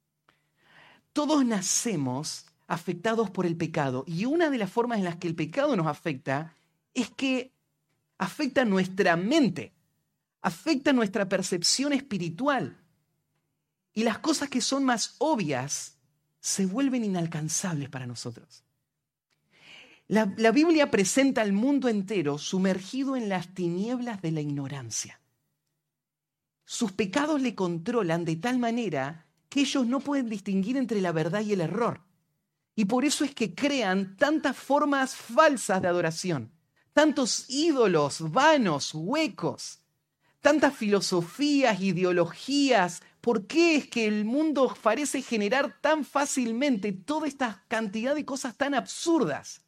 Speaker 1: Todos nacemos afectados por el pecado y una de las formas en las que el pecado nos afecta es que afecta nuestra mente, afecta nuestra percepción espiritual y las cosas que son más obvias se vuelven inalcanzables para nosotros. La, la Biblia presenta al mundo entero sumergido en las tinieblas de la ignorancia. Sus pecados le controlan de tal manera que ellos no pueden distinguir entre la verdad y el error. Y por eso es que crean tantas formas falsas de adoración, tantos ídolos vanos, huecos, tantas filosofías, ideologías. ¿Por qué es que el mundo parece generar tan fácilmente toda esta cantidad de cosas tan absurdas?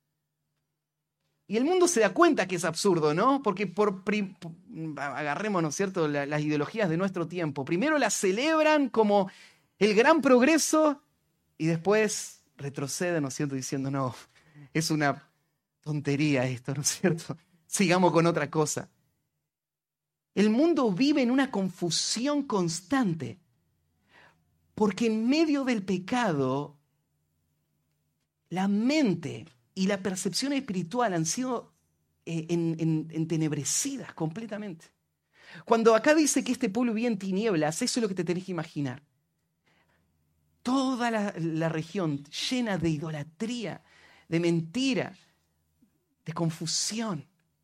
Speaker 1: Y el mundo se da cuenta que es absurdo, ¿no? Porque por, prim, agarremos, ¿no es cierto?, la, las ideologías de nuestro tiempo. Primero las celebran como el gran progreso y después retroceden, ¿no es cierto?, diciendo, no, es una tontería esto, ¿no es cierto? Sigamos con otra cosa. El mundo vive en una confusión constante porque en medio del pecado la mente y la percepción espiritual han sido eh, en, en, entenebrecidas completamente. Cuando acá dice que este pueblo vivía en tinieblas, eso es lo que te tenés que imaginar. Toda la, la región llena de idolatría, de mentira, de confusión.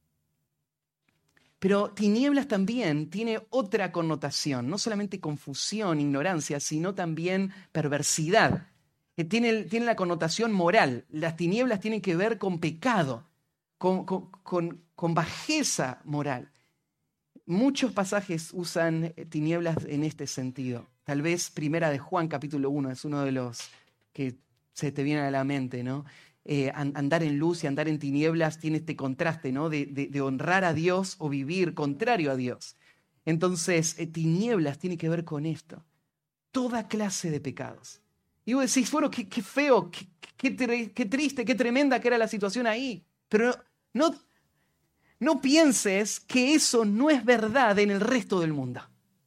Speaker 1: Pero tinieblas también tiene otra connotación, no solamente confusión, ignorancia, sino también perversidad. Tiene, tiene la connotación moral. Las tinieblas tienen que ver con pecado, con, con, con, con bajeza moral. Muchos pasajes usan tinieblas en este sentido. Tal vez Primera de Juan, capítulo uno, es uno de los que se te viene a la mente, ¿no? Eh, andar en luz y andar en tinieblas tiene este contraste, ¿no? De, de, de honrar a Dios o vivir contrario a Dios. Entonces, eh, tinieblas tiene que ver con esto. Toda clase de pecados. Y vos decís, bueno, qué, qué feo, qué, qué, qué triste, qué tremenda que era la situación ahí. Pero no, no pienses que eso no es verdad en el resto del mundo.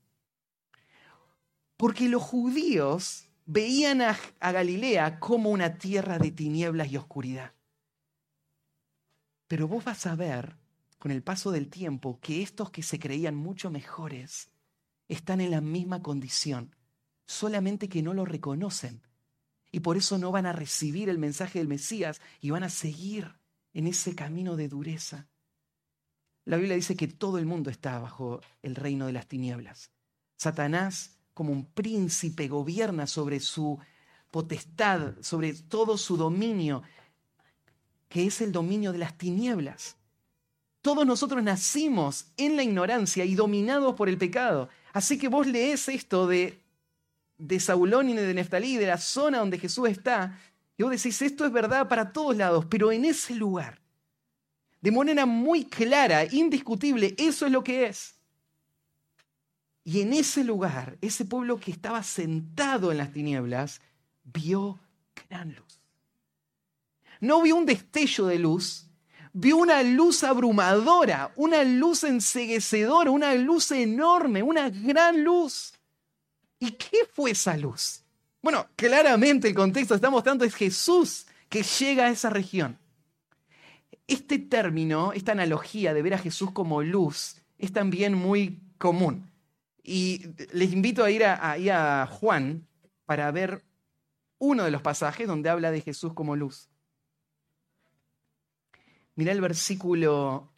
Speaker 1: Porque los judíos veían a, a Galilea como una tierra de tinieblas y oscuridad. Pero vos vas a ver, con el paso del tiempo, que estos que se creían mucho mejores están en la misma condición solamente que no lo reconocen. Y por eso no van a recibir el mensaje del Mesías y van a seguir en ese camino de dureza. La Biblia dice que todo el mundo está bajo el reino de las tinieblas. Satanás, como un príncipe, gobierna sobre su potestad, sobre todo su dominio, que es el dominio de las tinieblas. Todos nosotros nacimos en la ignorancia y dominados por el pecado. Así que vos leés esto de, de Zabulón y de Neftalí, de la zona donde Jesús está, y vos decís, esto es verdad para todos lados, pero en ese lugar, de manera muy clara, indiscutible, eso es lo que es. Y en ese lugar, ese pueblo que estaba sentado en las tinieblas, vio gran luz. No vio un destello de luz, vio una luz abrumadora, una luz enceguecedora, una luz enorme, una gran luz. ¿Y qué fue esa luz? Bueno, claramente el contexto que está mostrando es Jesús que llega a esa región. Este término, esta analogía de ver a Jesús como luz, es también muy común. Y les invito a ir a, a, a Juan para ver uno de los pasajes donde habla de Jesús como luz. Mirá el versículo,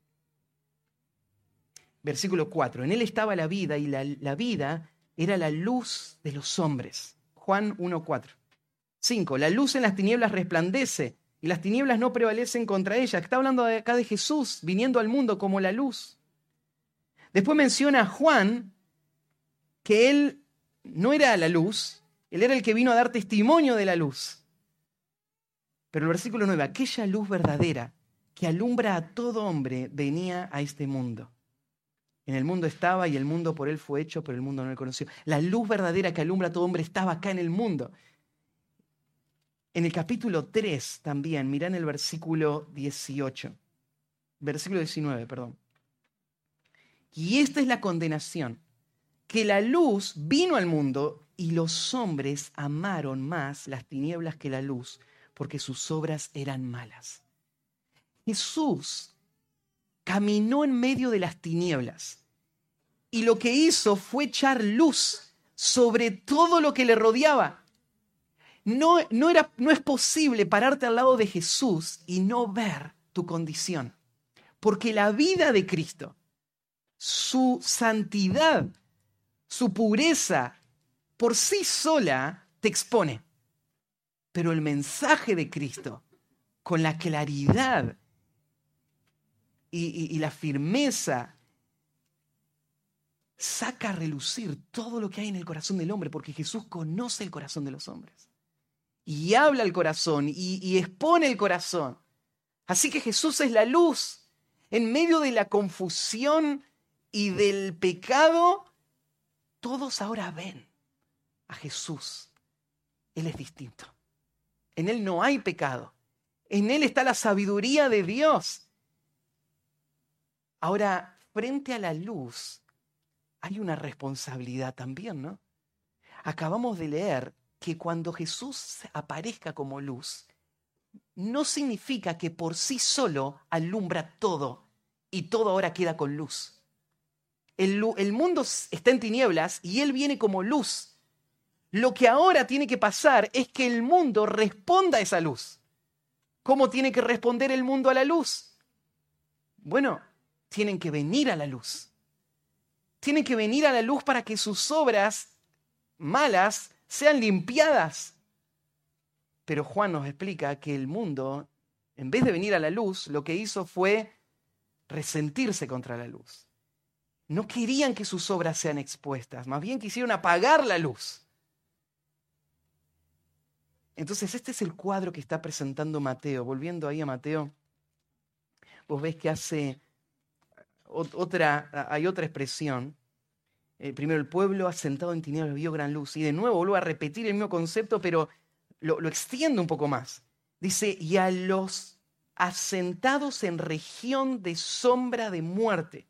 Speaker 1: versículo cuatro. En él estaba la vida y la, la vida era la luz de los hombres. Juan uno cuatro. cinco. La luz en las tinieblas resplandece y las tinieblas no prevalecen contra ella. Está hablando de, acá de Jesús viniendo al mundo como la luz. Después menciona a Juan que él no era la luz, él era el que vino a dar testimonio de la luz. Pero el versículo nueve, aquella luz verdadera que alumbra a todo hombre venía a este mundo. En el mundo estaba y el mundo por él fue hecho, pero el mundo no le conoció. La luz verdadera que alumbra a todo hombre estaba acá en el mundo. En el capítulo tres también, mirá en el versículo dieciocho. Versículo diecinueve, perdón. Y esta es la condenación, que la luz vino al mundo y los hombres amaron más las tinieblas que la luz, porque sus obras eran malas. Jesús caminó en medio de las tinieblas y lo que hizo fue echar luz sobre todo lo que le rodeaba. No, no, era, no es posible pararte al lado de Jesús y no ver tu condición, porque la vida de Cristo, su santidad, su pureza, por sí sola te expone. Pero el mensaje de Cristo, con la claridad y, y, y la firmeza, saca a relucir todo lo que hay en el corazón del hombre, porque Jesús conoce el corazón de los hombres. Y habla al corazón y, y expone el corazón. Así que Jesús es la luz. En medio de la confusión y del pecado, todos ahora ven a Jesús. Él es distinto. En Él no hay pecado. En Él está la sabiduría de Dios. Ahora, frente a la luz, hay una responsabilidad también, ¿no? Acabamos de leer que cuando Jesús aparezca como luz, no significa que por sí solo alumbra todo y todo ahora queda con luz. El, el mundo está en tinieblas y Él viene como luz. Lo que ahora tiene que pasar es que el mundo responda a esa luz. ¿Cómo tiene que responder el mundo a la luz? Bueno, tienen que venir a la luz. Tienen que venir a la luz para que sus obras malas sean limpiadas. Pero Juan nos explica que el mundo, en vez de venir a la luz, lo que hizo fue resentirse contra la luz. No querían que sus obras sean expuestas, más bien quisieron apagar la luz. Entonces este es el cuadro que está presentando Mateo. Volviendo ahí a Mateo, vos ves que hace otra, hay otra expresión. Eh, primero, el pueblo asentado en tinieblas vio gran luz. Y de nuevo vuelvo a repetir el mismo concepto, pero lo, lo extiendo un poco más. Dice, y a los asentados en región de sombra de muerte.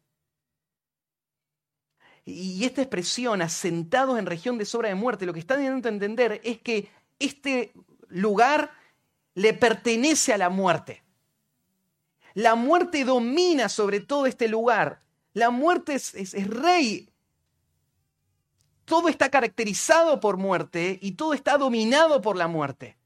Speaker 1: Y esta expresión, asentados en región de sombra de muerte, lo que está dando a entender es que este lugar le pertenece a la muerte. La muerte domina sobre todo este lugar. La muerte es, es, es rey. todo está caracterizado por muerte y todo está dominado por la muerte.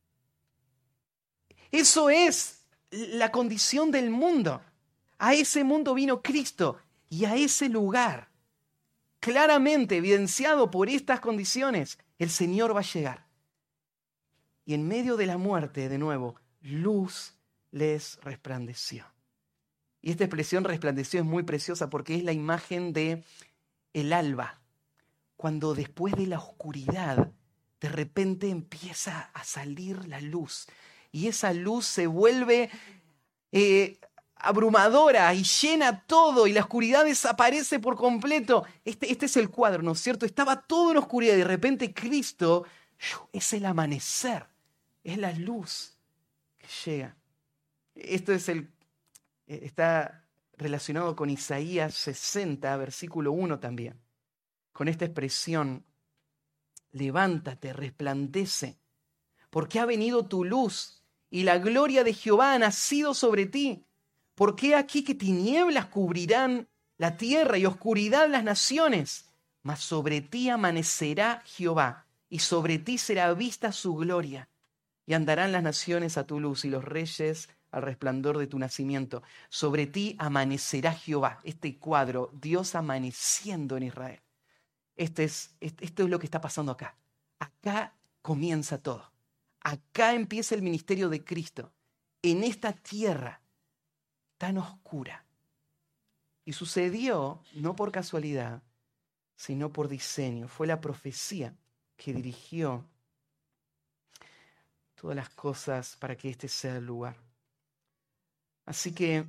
Speaker 1: Eso es la condición del mundo. A ese mundo vino Cristo y a ese lugar, claramente evidenciado por estas condiciones, el Señor va a llegar. Y en medio de la muerte, de nuevo, luz les resplandeció. Y esta expresión resplandeció es muy preciosa porque es la imagen de el alba. Cuando después de la oscuridad, de repente empieza a salir la luz. Y esa luz se vuelve eh, abrumadora y llena todo y la oscuridad desaparece por completo. Este, este es el cuadro, ¿no es cierto? Estaba todo en oscuridad y de repente Cristo es el amanecer, es la luz que llega. Esto es el, está relacionado con Isaías sesenta, versículo uno también. Con esta expresión, levántate, resplandece, porque ha venido tu luz y la gloria de Jehová ha nacido sobre ti. Porque aquí que tinieblas cubrirán la tierra y oscuridad las naciones, mas sobre ti amanecerá Jehová y sobre ti será vista su gloria. Y andarán las naciones a tu luz y los reyes al resplandor de tu nacimiento. Sobre ti amanecerá Jehová. Este cuadro, Dios amaneciendo en Israel. Este es, esto es lo que está pasando acá. Acá comienza todo. Acá empieza el ministerio de Cristo. En esta tierra tan oscura. Y sucedió no por casualidad, sino por diseño. Fue la profecía que dirigió todas las cosas para que este sea el lugar. Así que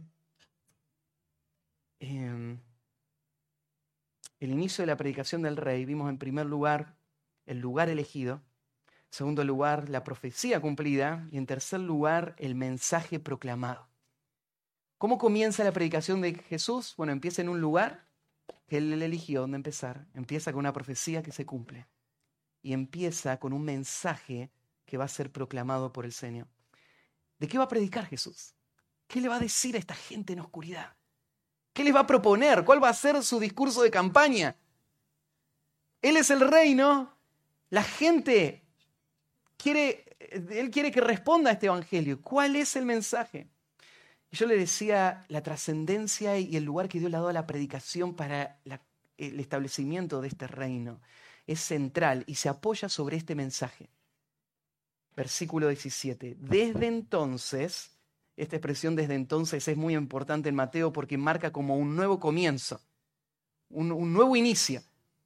Speaker 1: eh, el inicio de la predicación del rey, vimos en primer lugar el lugar elegido, en segundo lugar la profecía cumplida y en tercer lugar el mensaje proclamado. ¿Cómo comienza la predicación de Jesús? Bueno, empieza en un lugar que él eligió donde empezar. Empieza con una profecía que se cumple y empieza con un mensaje que va a ser proclamado por el Señor. ¿De qué va a predicar Jesús? ¿Qué le va a decir a esta gente en oscuridad? ¿Qué les va a proponer? ¿Cuál va a ser su discurso de campaña? Él es el rey, ¿no? La gente quiere, él quiere que responda a este evangelio. ¿Cuál es el mensaje? Yo le decía la trascendencia y el lugar que Dios le ha dado a la predicación para la, el establecimiento de este reino. Es central y se apoya sobre este mensaje. Versículo diecisiete. Desde entonces, esta expresión desde entonces es muy importante en Mateo porque marca como un nuevo comienzo, un, un nuevo inicio.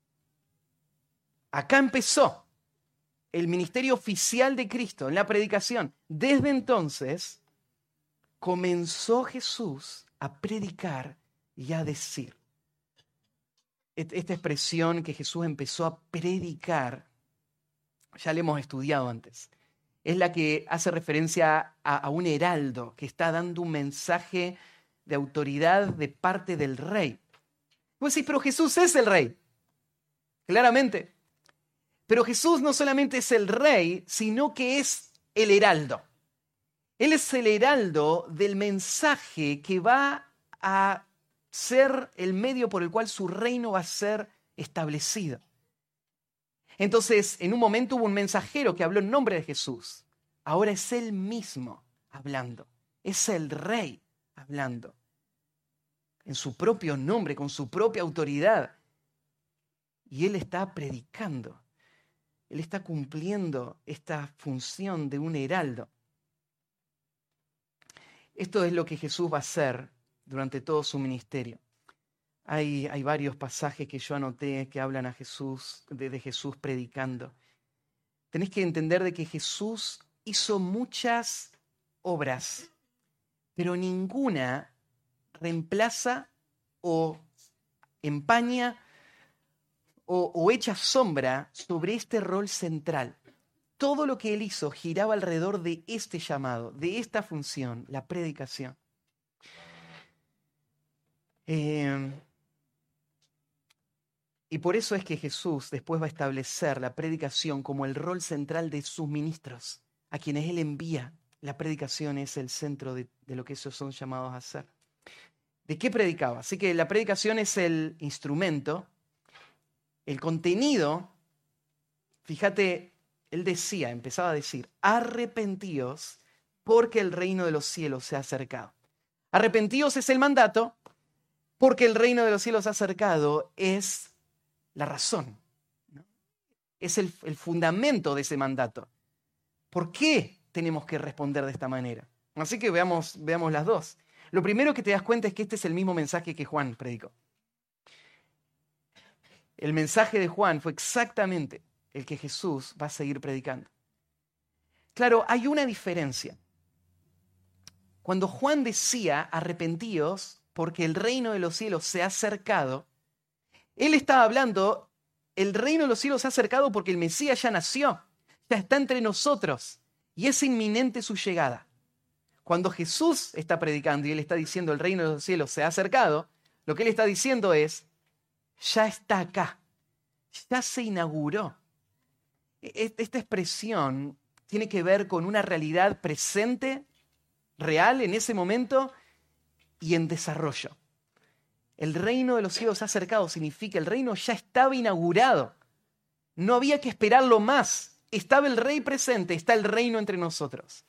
Speaker 1: Acá empezó el ministerio oficial de Cristo en la predicación. Desde entonces comenzó Jesús a predicar y a decir. Esta expresión que Jesús empezó a predicar, ya la hemos estudiado antes. Es la que hace referencia a, a un heraldo que está dando un mensaje de autoridad de parte del rey. Vos decís, pero Jesús es el rey. Claramente. Pero Jesús no solamente es el rey, sino que es el heraldo. Él es el heraldo del mensaje que va a ser el medio por el cual su reino va a ser establecido. Entonces, en un momento hubo un mensajero que habló en nombre de Jesús. Ahora es él mismo hablando. Es el rey hablando. En su propio nombre, con su propia autoridad. Y él está predicando. Él está cumpliendo esta función de un heraldo. Esto es lo que Jesús va a hacer durante todo su ministerio. Hay, hay varios pasajes que yo anoté que hablan a Jesús, de, de Jesús predicando. Tenés que entender de que Jesús hizo muchas obras, pero ninguna reemplaza o empaña o, o echa sombra sobre este rol central. Todo lo que él hizo giraba alrededor de este llamado, de esta función, la predicación. Eh, y por eso es que Jesús después va a establecer la predicación como el rol central de sus ministros, a quienes él envía. La predicación es el centro de, de lo que esos son llamados a hacer. ¿De qué predicaba? Así que la predicación es el instrumento el contenido, fíjate, él decía, empezaba a decir, arrepentíos porque el reino de los cielos se ha acercado. Arrepentíos es el mandato, porque el reino de los cielos se ha acercado es la razón, ¿no? Es el, el fundamento de ese mandato. ¿Por qué tenemos que responder de esta manera? Así que veamos, veamos las dos. Lo primero que te das cuenta es que este es el mismo mensaje que Juan predicó. El mensaje de Juan fue exactamente el que Jesús va a seguir predicando. Claro, hay una diferencia. Cuando Juan decía, arrepentíos porque el reino de los cielos se ha acercado, él estaba hablando, el reino de los cielos se ha acercado porque el Mesías ya nació, ya está entre nosotros y es inminente su llegada. Cuando Jesús está predicando y él está diciendo el reino de los cielos se ha acercado, lo que él está diciendo es, ya está acá, ya se inauguró. Esta expresión tiene que ver con una realidad presente, real en ese momento y en desarrollo. El reino de los cielos se ha acercado significa el reino ya estaba inaugurado. No había que esperarlo más. Estaba el rey presente, está el reino entre nosotros.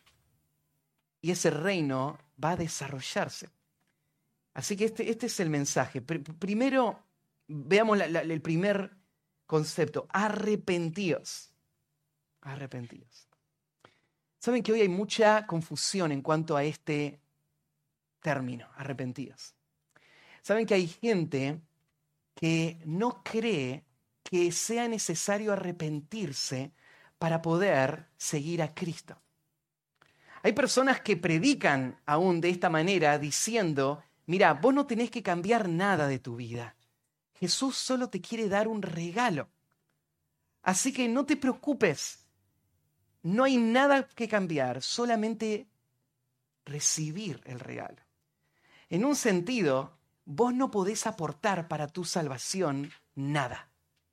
Speaker 1: Y ese reino va a desarrollarse. Así que este, este es el mensaje. Pr- primero, veamos la, la, el primer concepto. Arrepentíos. Arrepentíos. Saben que hoy hay mucha confusión en cuanto a este término, arrepentidos. Saben que hay gente que no cree que sea necesario arrepentirse para poder seguir a Cristo. Hay personas que predican aún de esta manera diciendo, mira, vos no tenés que cambiar nada de tu vida. Jesús solo te quiere dar un regalo. Así que no te preocupes. No hay nada que cambiar, solamente recibir el regalo. En un sentido, vos no podés aportar para tu salvación nada.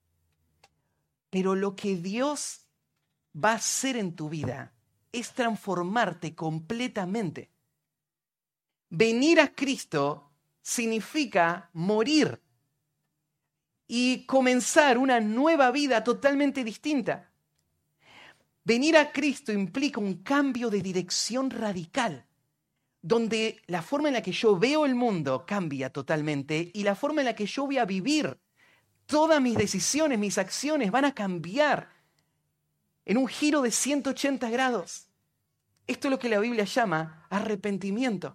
Speaker 1: Pero lo que Dios va a hacer en tu vida es transformarte completamente. Venir a Cristo significa morir y comenzar una nueva vida totalmente distinta. Venir a Cristo implica un cambio de dirección radical, donde la forma en la que yo veo el mundo cambia totalmente y la forma en la que yo voy a vivir, todas mis decisiones, mis acciones van a cambiar en un giro de ciento ochenta grados. Esto es lo que la Biblia llama arrepentimiento.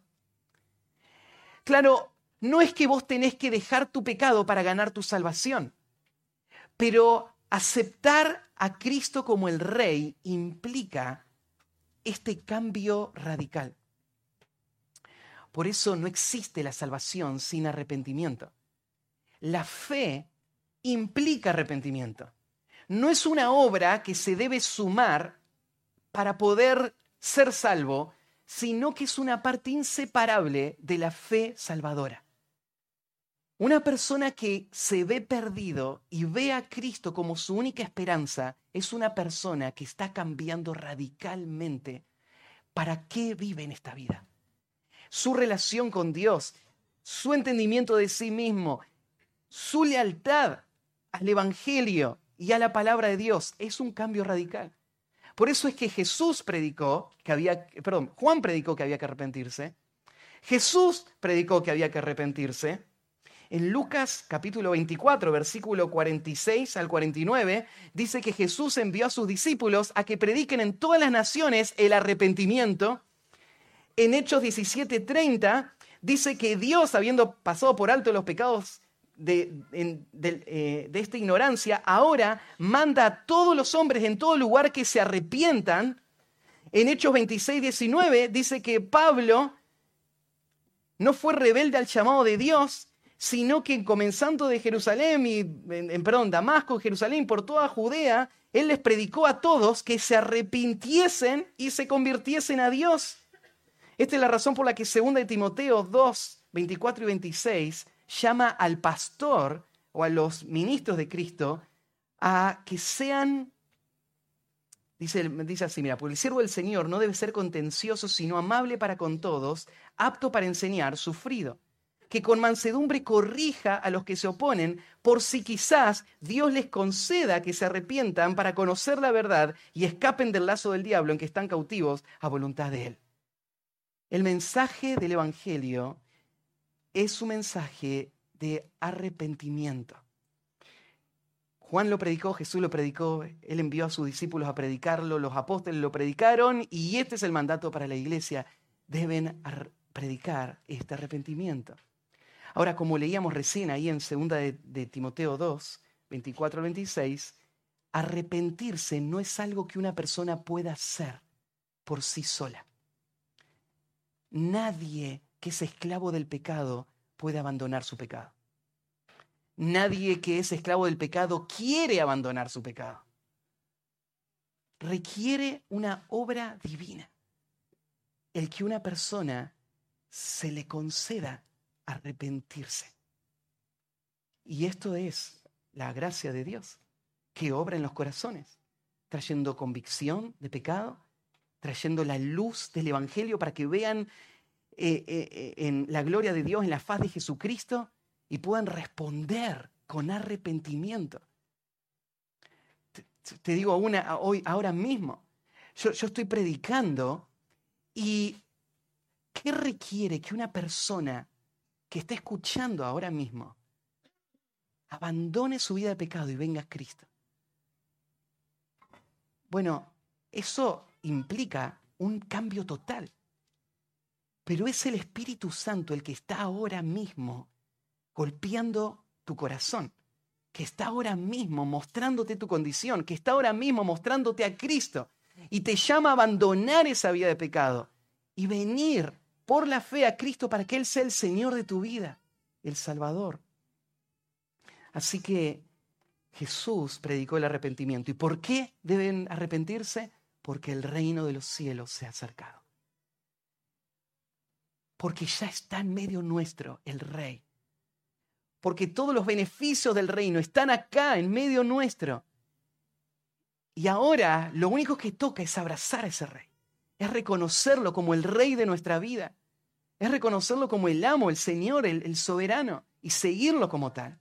Speaker 1: Claro, no es que vos tenés que dejar tu pecado para ganar tu salvación, pero aceptar a Cristo como el Rey implica este cambio radical. Por eso no existe la salvación sin arrepentimiento. La fe implica arrepentimiento. No es una obra que se debe sumar para poder ser salvo, sino que es una parte inseparable de la fe salvadora. Una persona que se ve perdido y ve a Cristo como su única esperanza es una persona que está cambiando radicalmente para qué vive en esta vida. Su relación con Dios, su entendimiento de sí mismo, su lealtad al Evangelio y a la palabra de Dios es un cambio radical. Por eso es que Jesús predicó que había, perdón, Juan predicó que había que arrepentirse. Jesús predicó que había que arrepentirse. En Lucas capítulo veinticuatro, versículo cuarenta y seis al cuarenta y nueve, dice que Jesús envió a sus discípulos a que prediquen en todas las naciones el arrepentimiento. En Hechos diecisiete treinta dice que Dios, habiendo pasado por alto los pecados de, en, de, eh, de esta ignorancia, ahora manda a todos los hombres en todo lugar que se arrepientan. En Hechos veintiséis diecinueve dice que Pablo no fue rebelde al llamado de Dios, sino que comenzando de Jerusalén, y, en, en, perdón, Damasco, Jerusalén, por toda Judea, él les predicó a todos que se arrepintiesen y se convirtiesen a Dios. Esta es la razón por la que segunda de Timoteo dos, veinticuatro y veintiséis llama al pastor o a los ministros de Cristo a que sean, dice, dice así, mira, porque el siervo del Señor no debe ser contencioso, sino amable para con todos, apto para enseñar, sufrido, que con mansedumbre corrija a los que se oponen, por si quizás Dios les conceda que se arrepientan para conocer la verdad y escapen del lazo del diablo en que están cautivos a voluntad de Él. El mensaje del Evangelio es un mensaje de arrepentimiento. Juan lo predicó, Jesús lo predicó, Él envió a sus discípulos a predicarlo, los apóstoles lo predicaron y este es el mandato para la iglesia. Deben predicar este arrepentimiento. Ahora, como leíamos recién ahí en segunda de, de Timoteo dos, veinticuatro al veintiséis, arrepentirse no es algo que una persona pueda hacer por sí sola. Nadie que es esclavo del pecado puede abandonar su pecado. Nadie que es esclavo del pecado quiere abandonar su pecado. Requiere una obra divina. El que una persona se le conceda arrepentirse. Y esto es la gracia de Dios, que obra en los corazones, trayendo convicción de pecado, trayendo la luz del Evangelio para que vean eh, eh, en la gloria de Dios, en la faz de Jesucristo, y puedan responder con arrepentimiento. Te, te digo una, hoy, ahora mismo, yo, yo estoy predicando y ¿qué requiere que una persona que esté escuchando ahora mismo abandone su vida de pecado y venga a Cristo? Bueno, eso implica un cambio total. Pero es el Espíritu Santo el que está ahora mismo golpeando tu corazón, que está ahora mismo mostrándote tu condición, que está ahora mismo mostrándote a Cristo y te llama a abandonar esa vida de pecado y venir por la fe a Cristo para que Él sea el Señor de tu vida, el Salvador. Así que Jesús predicó el arrepentimiento. ¿Y por qué deben arrepentirse? Porque el reino de los cielos se ha acercado. Porque ya está en medio nuestro el Rey. Porque todos los beneficios del reino están acá en medio nuestro. Y ahora lo único que toca es abrazar a ese Rey. Es reconocerlo como el Rey de nuestra vida. Es reconocerlo como el amo, el Señor, el, el soberano. Y seguirlo como tal.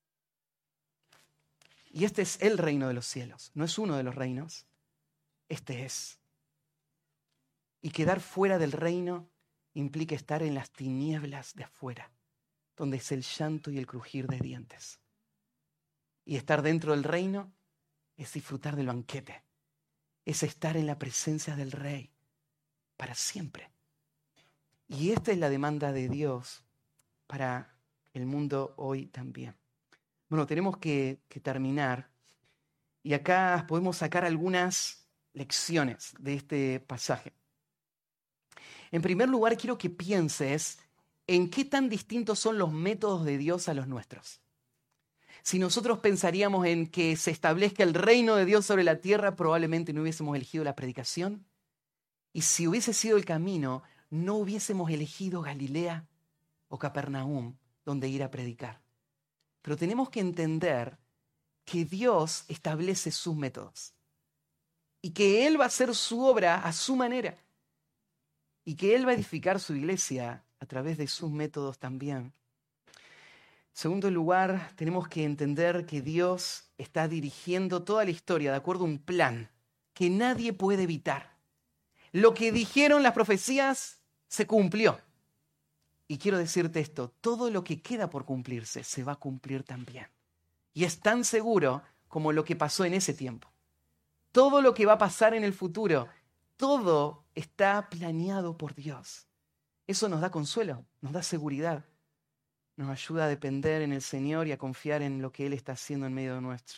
Speaker 1: Y este es el reino de los cielos. No es uno de los reinos. Este es. Y quedar fuera del reino implica estar en las tinieblas de afuera, donde es el llanto y el crujir de dientes. Y estar dentro del reino es disfrutar del banquete. Es estar en la presencia del Rey para siempre. Y esta es la demanda de Dios para el mundo hoy también. Bueno, tenemos que, que terminar. Y acá podemos sacar algunas lecciones de este pasaje. En primer lugar, quiero que pienses en qué tan distintos son los métodos de Dios a los nuestros. Si nosotros pensaríamos en que se establezca el reino de Dios sobre la tierra, probablemente no hubiésemos elegido la predicación. Y si hubiese sido el camino, no hubiésemos elegido Galilea o Capernaum, donde ir a predicar. Pero tenemos que entender que Dios establece sus métodos y que Él va a hacer su obra a su manera y que Él va a edificar su iglesia a través de sus métodos también. En segundo lugar, tenemos que entender que Dios está dirigiendo toda la historia de acuerdo a un plan que nadie puede evitar. Lo que dijeron las profecías se cumplió. Y quiero decirte esto, todo lo que queda por cumplirse se va a cumplir también. Y es tan seguro como lo que pasó en ese tiempo. Todo lo que va a pasar en el futuro, todo está planeado por Dios. Eso nos da consuelo, nos da seguridad. Nos ayuda a depender en el Señor y a confiar en lo que Él está haciendo en medio de nuestro.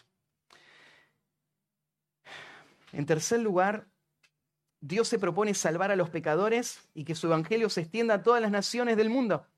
Speaker 1: En tercer lugar, Dios se propone salvar a los pecadores y que su evangelio se extienda a todas las naciones del mundo.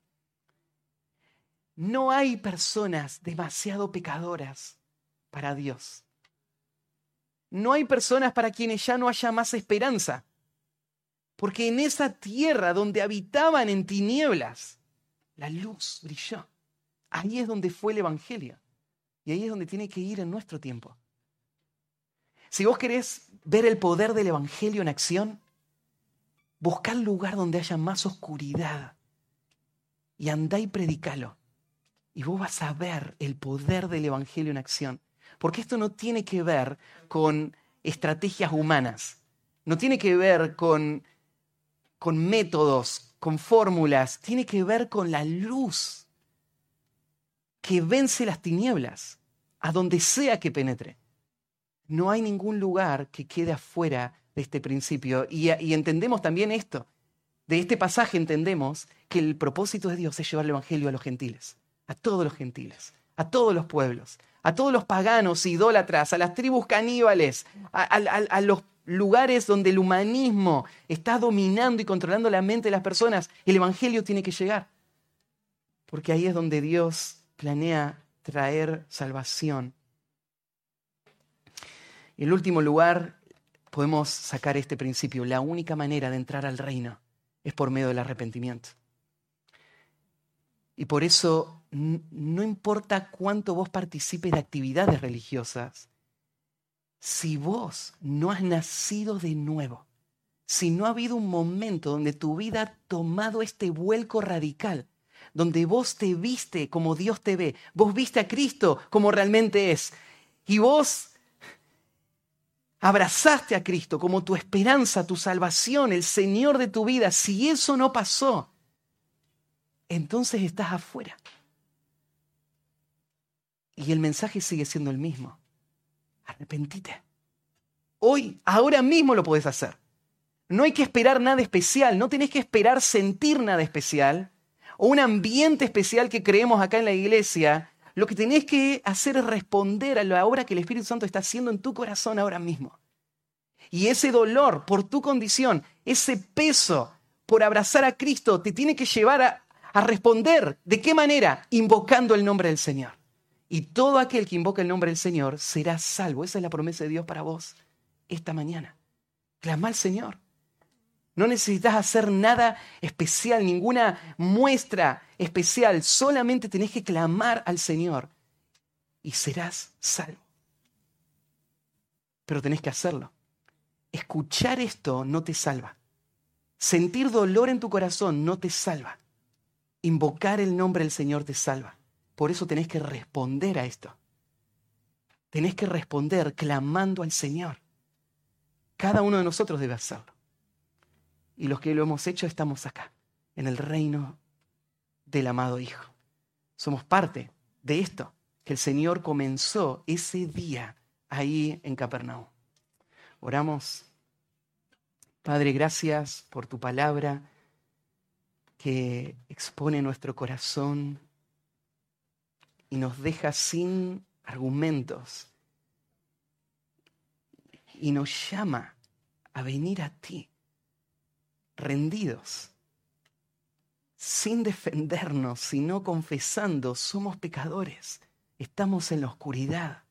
Speaker 1: No hay personas demasiado pecadoras para Dios. No hay personas para quienes ya no haya más esperanza. Porque en esa tierra donde habitaban en tinieblas, la luz brilló. Ahí es donde fue el evangelio. Y ahí es donde tiene que ir en nuestro tiempo. Si vos querés ver el poder del evangelio en acción, buscá el lugar donde haya más oscuridad y andá y predicalo. Y vos vas a ver el poder del evangelio en acción. Porque esto no tiene que ver con estrategias humanas. No tiene que ver con, con métodos, con fórmulas. Tiene que ver con la luz que vence las tinieblas, a donde sea que penetre. No hay ningún lugar que quede afuera de este principio. Y, y entendemos también esto. De este pasaje entendemos que el propósito de Dios es llevar el evangelio a los gentiles, a todos los gentiles, a todos los pueblos, a todos los paganos, idólatras, a las tribus caníbales, a, a, a los lugares donde el humanismo está dominando y controlando la mente de las personas. El evangelio tiene que llegar, porque ahí es donde Dios planea traer salvación. En último lugar, podemos sacar este principio. La única manera de entrar al reino es por medio del arrepentimiento. Y por eso, no importa cuánto vos participes de actividades religiosas, si vos no has nacido de nuevo, si no ha habido un momento donde tu vida ha tomado este vuelco radical, donde vos te viste como Dios te ve, vos viste a Cristo como realmente es, y vos abrazaste a Cristo como tu esperanza, tu salvación, el Señor de tu vida, si eso no pasó, entonces estás afuera. Y el mensaje sigue siendo el mismo. Arrepentite. Hoy, ahora mismo lo podés hacer. No hay que esperar nada especial, no tenés que esperar sentir nada especial o un ambiente especial que creemos acá en la iglesia. Lo que tenés que hacer es responder a la obra que el Espíritu Santo está haciendo en tu corazón ahora mismo. Y ese dolor por tu condición, ese peso por abrazar a Cristo, te tiene que llevar a, a responder. ¿De qué manera? Invocando el nombre del Señor. Y todo aquel que invoca el nombre del Señor será salvo. Esa es la promesa de Dios para vos esta mañana. Clama al Señor. No necesitas hacer nada especial, ninguna muestra especial. Solamente tenés que clamar al Señor y serás salvo. Pero tenés que hacerlo. Escuchar esto no te salva. Sentir dolor en tu corazón no te salva. Invocar el nombre del Señor te salva. Por eso tenés que responder a esto. Tenés que responder clamando al Señor. Cada uno de nosotros debe hacerlo. Y los que lo hemos hecho estamos acá, en el reino del amado Hijo. Somos parte de esto que el Señor comenzó ese día ahí en Capernaum. Oramos. Padre, gracias por tu palabra que expone nuestro corazón y nos deja sin argumentos y nos llama a venir a ti, rendidos, sin defendernos, sino confesando, somos pecadores, estamos en la oscuridad.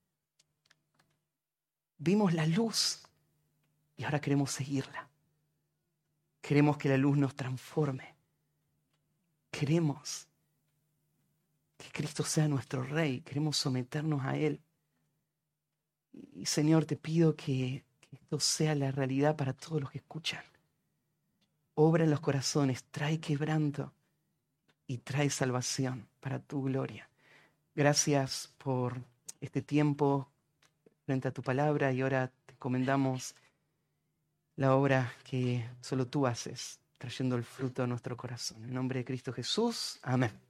Speaker 1: Vimos la luz y ahora queremos seguirla. Queremos que la luz nos transforme. Queremos que Cristo sea nuestro Rey. Queremos someternos a Él. Y Señor, te pido que, que esto sea la realidad para todos los que escuchan. Obra en los corazones, trae quebranto y trae salvación para tu gloria. Gracias por este tiempo frente a tu palabra y ahora te encomendamos la obra que solo tú haces, trayendo el fruto a nuestro corazón. En nombre de Cristo Jesús, amén.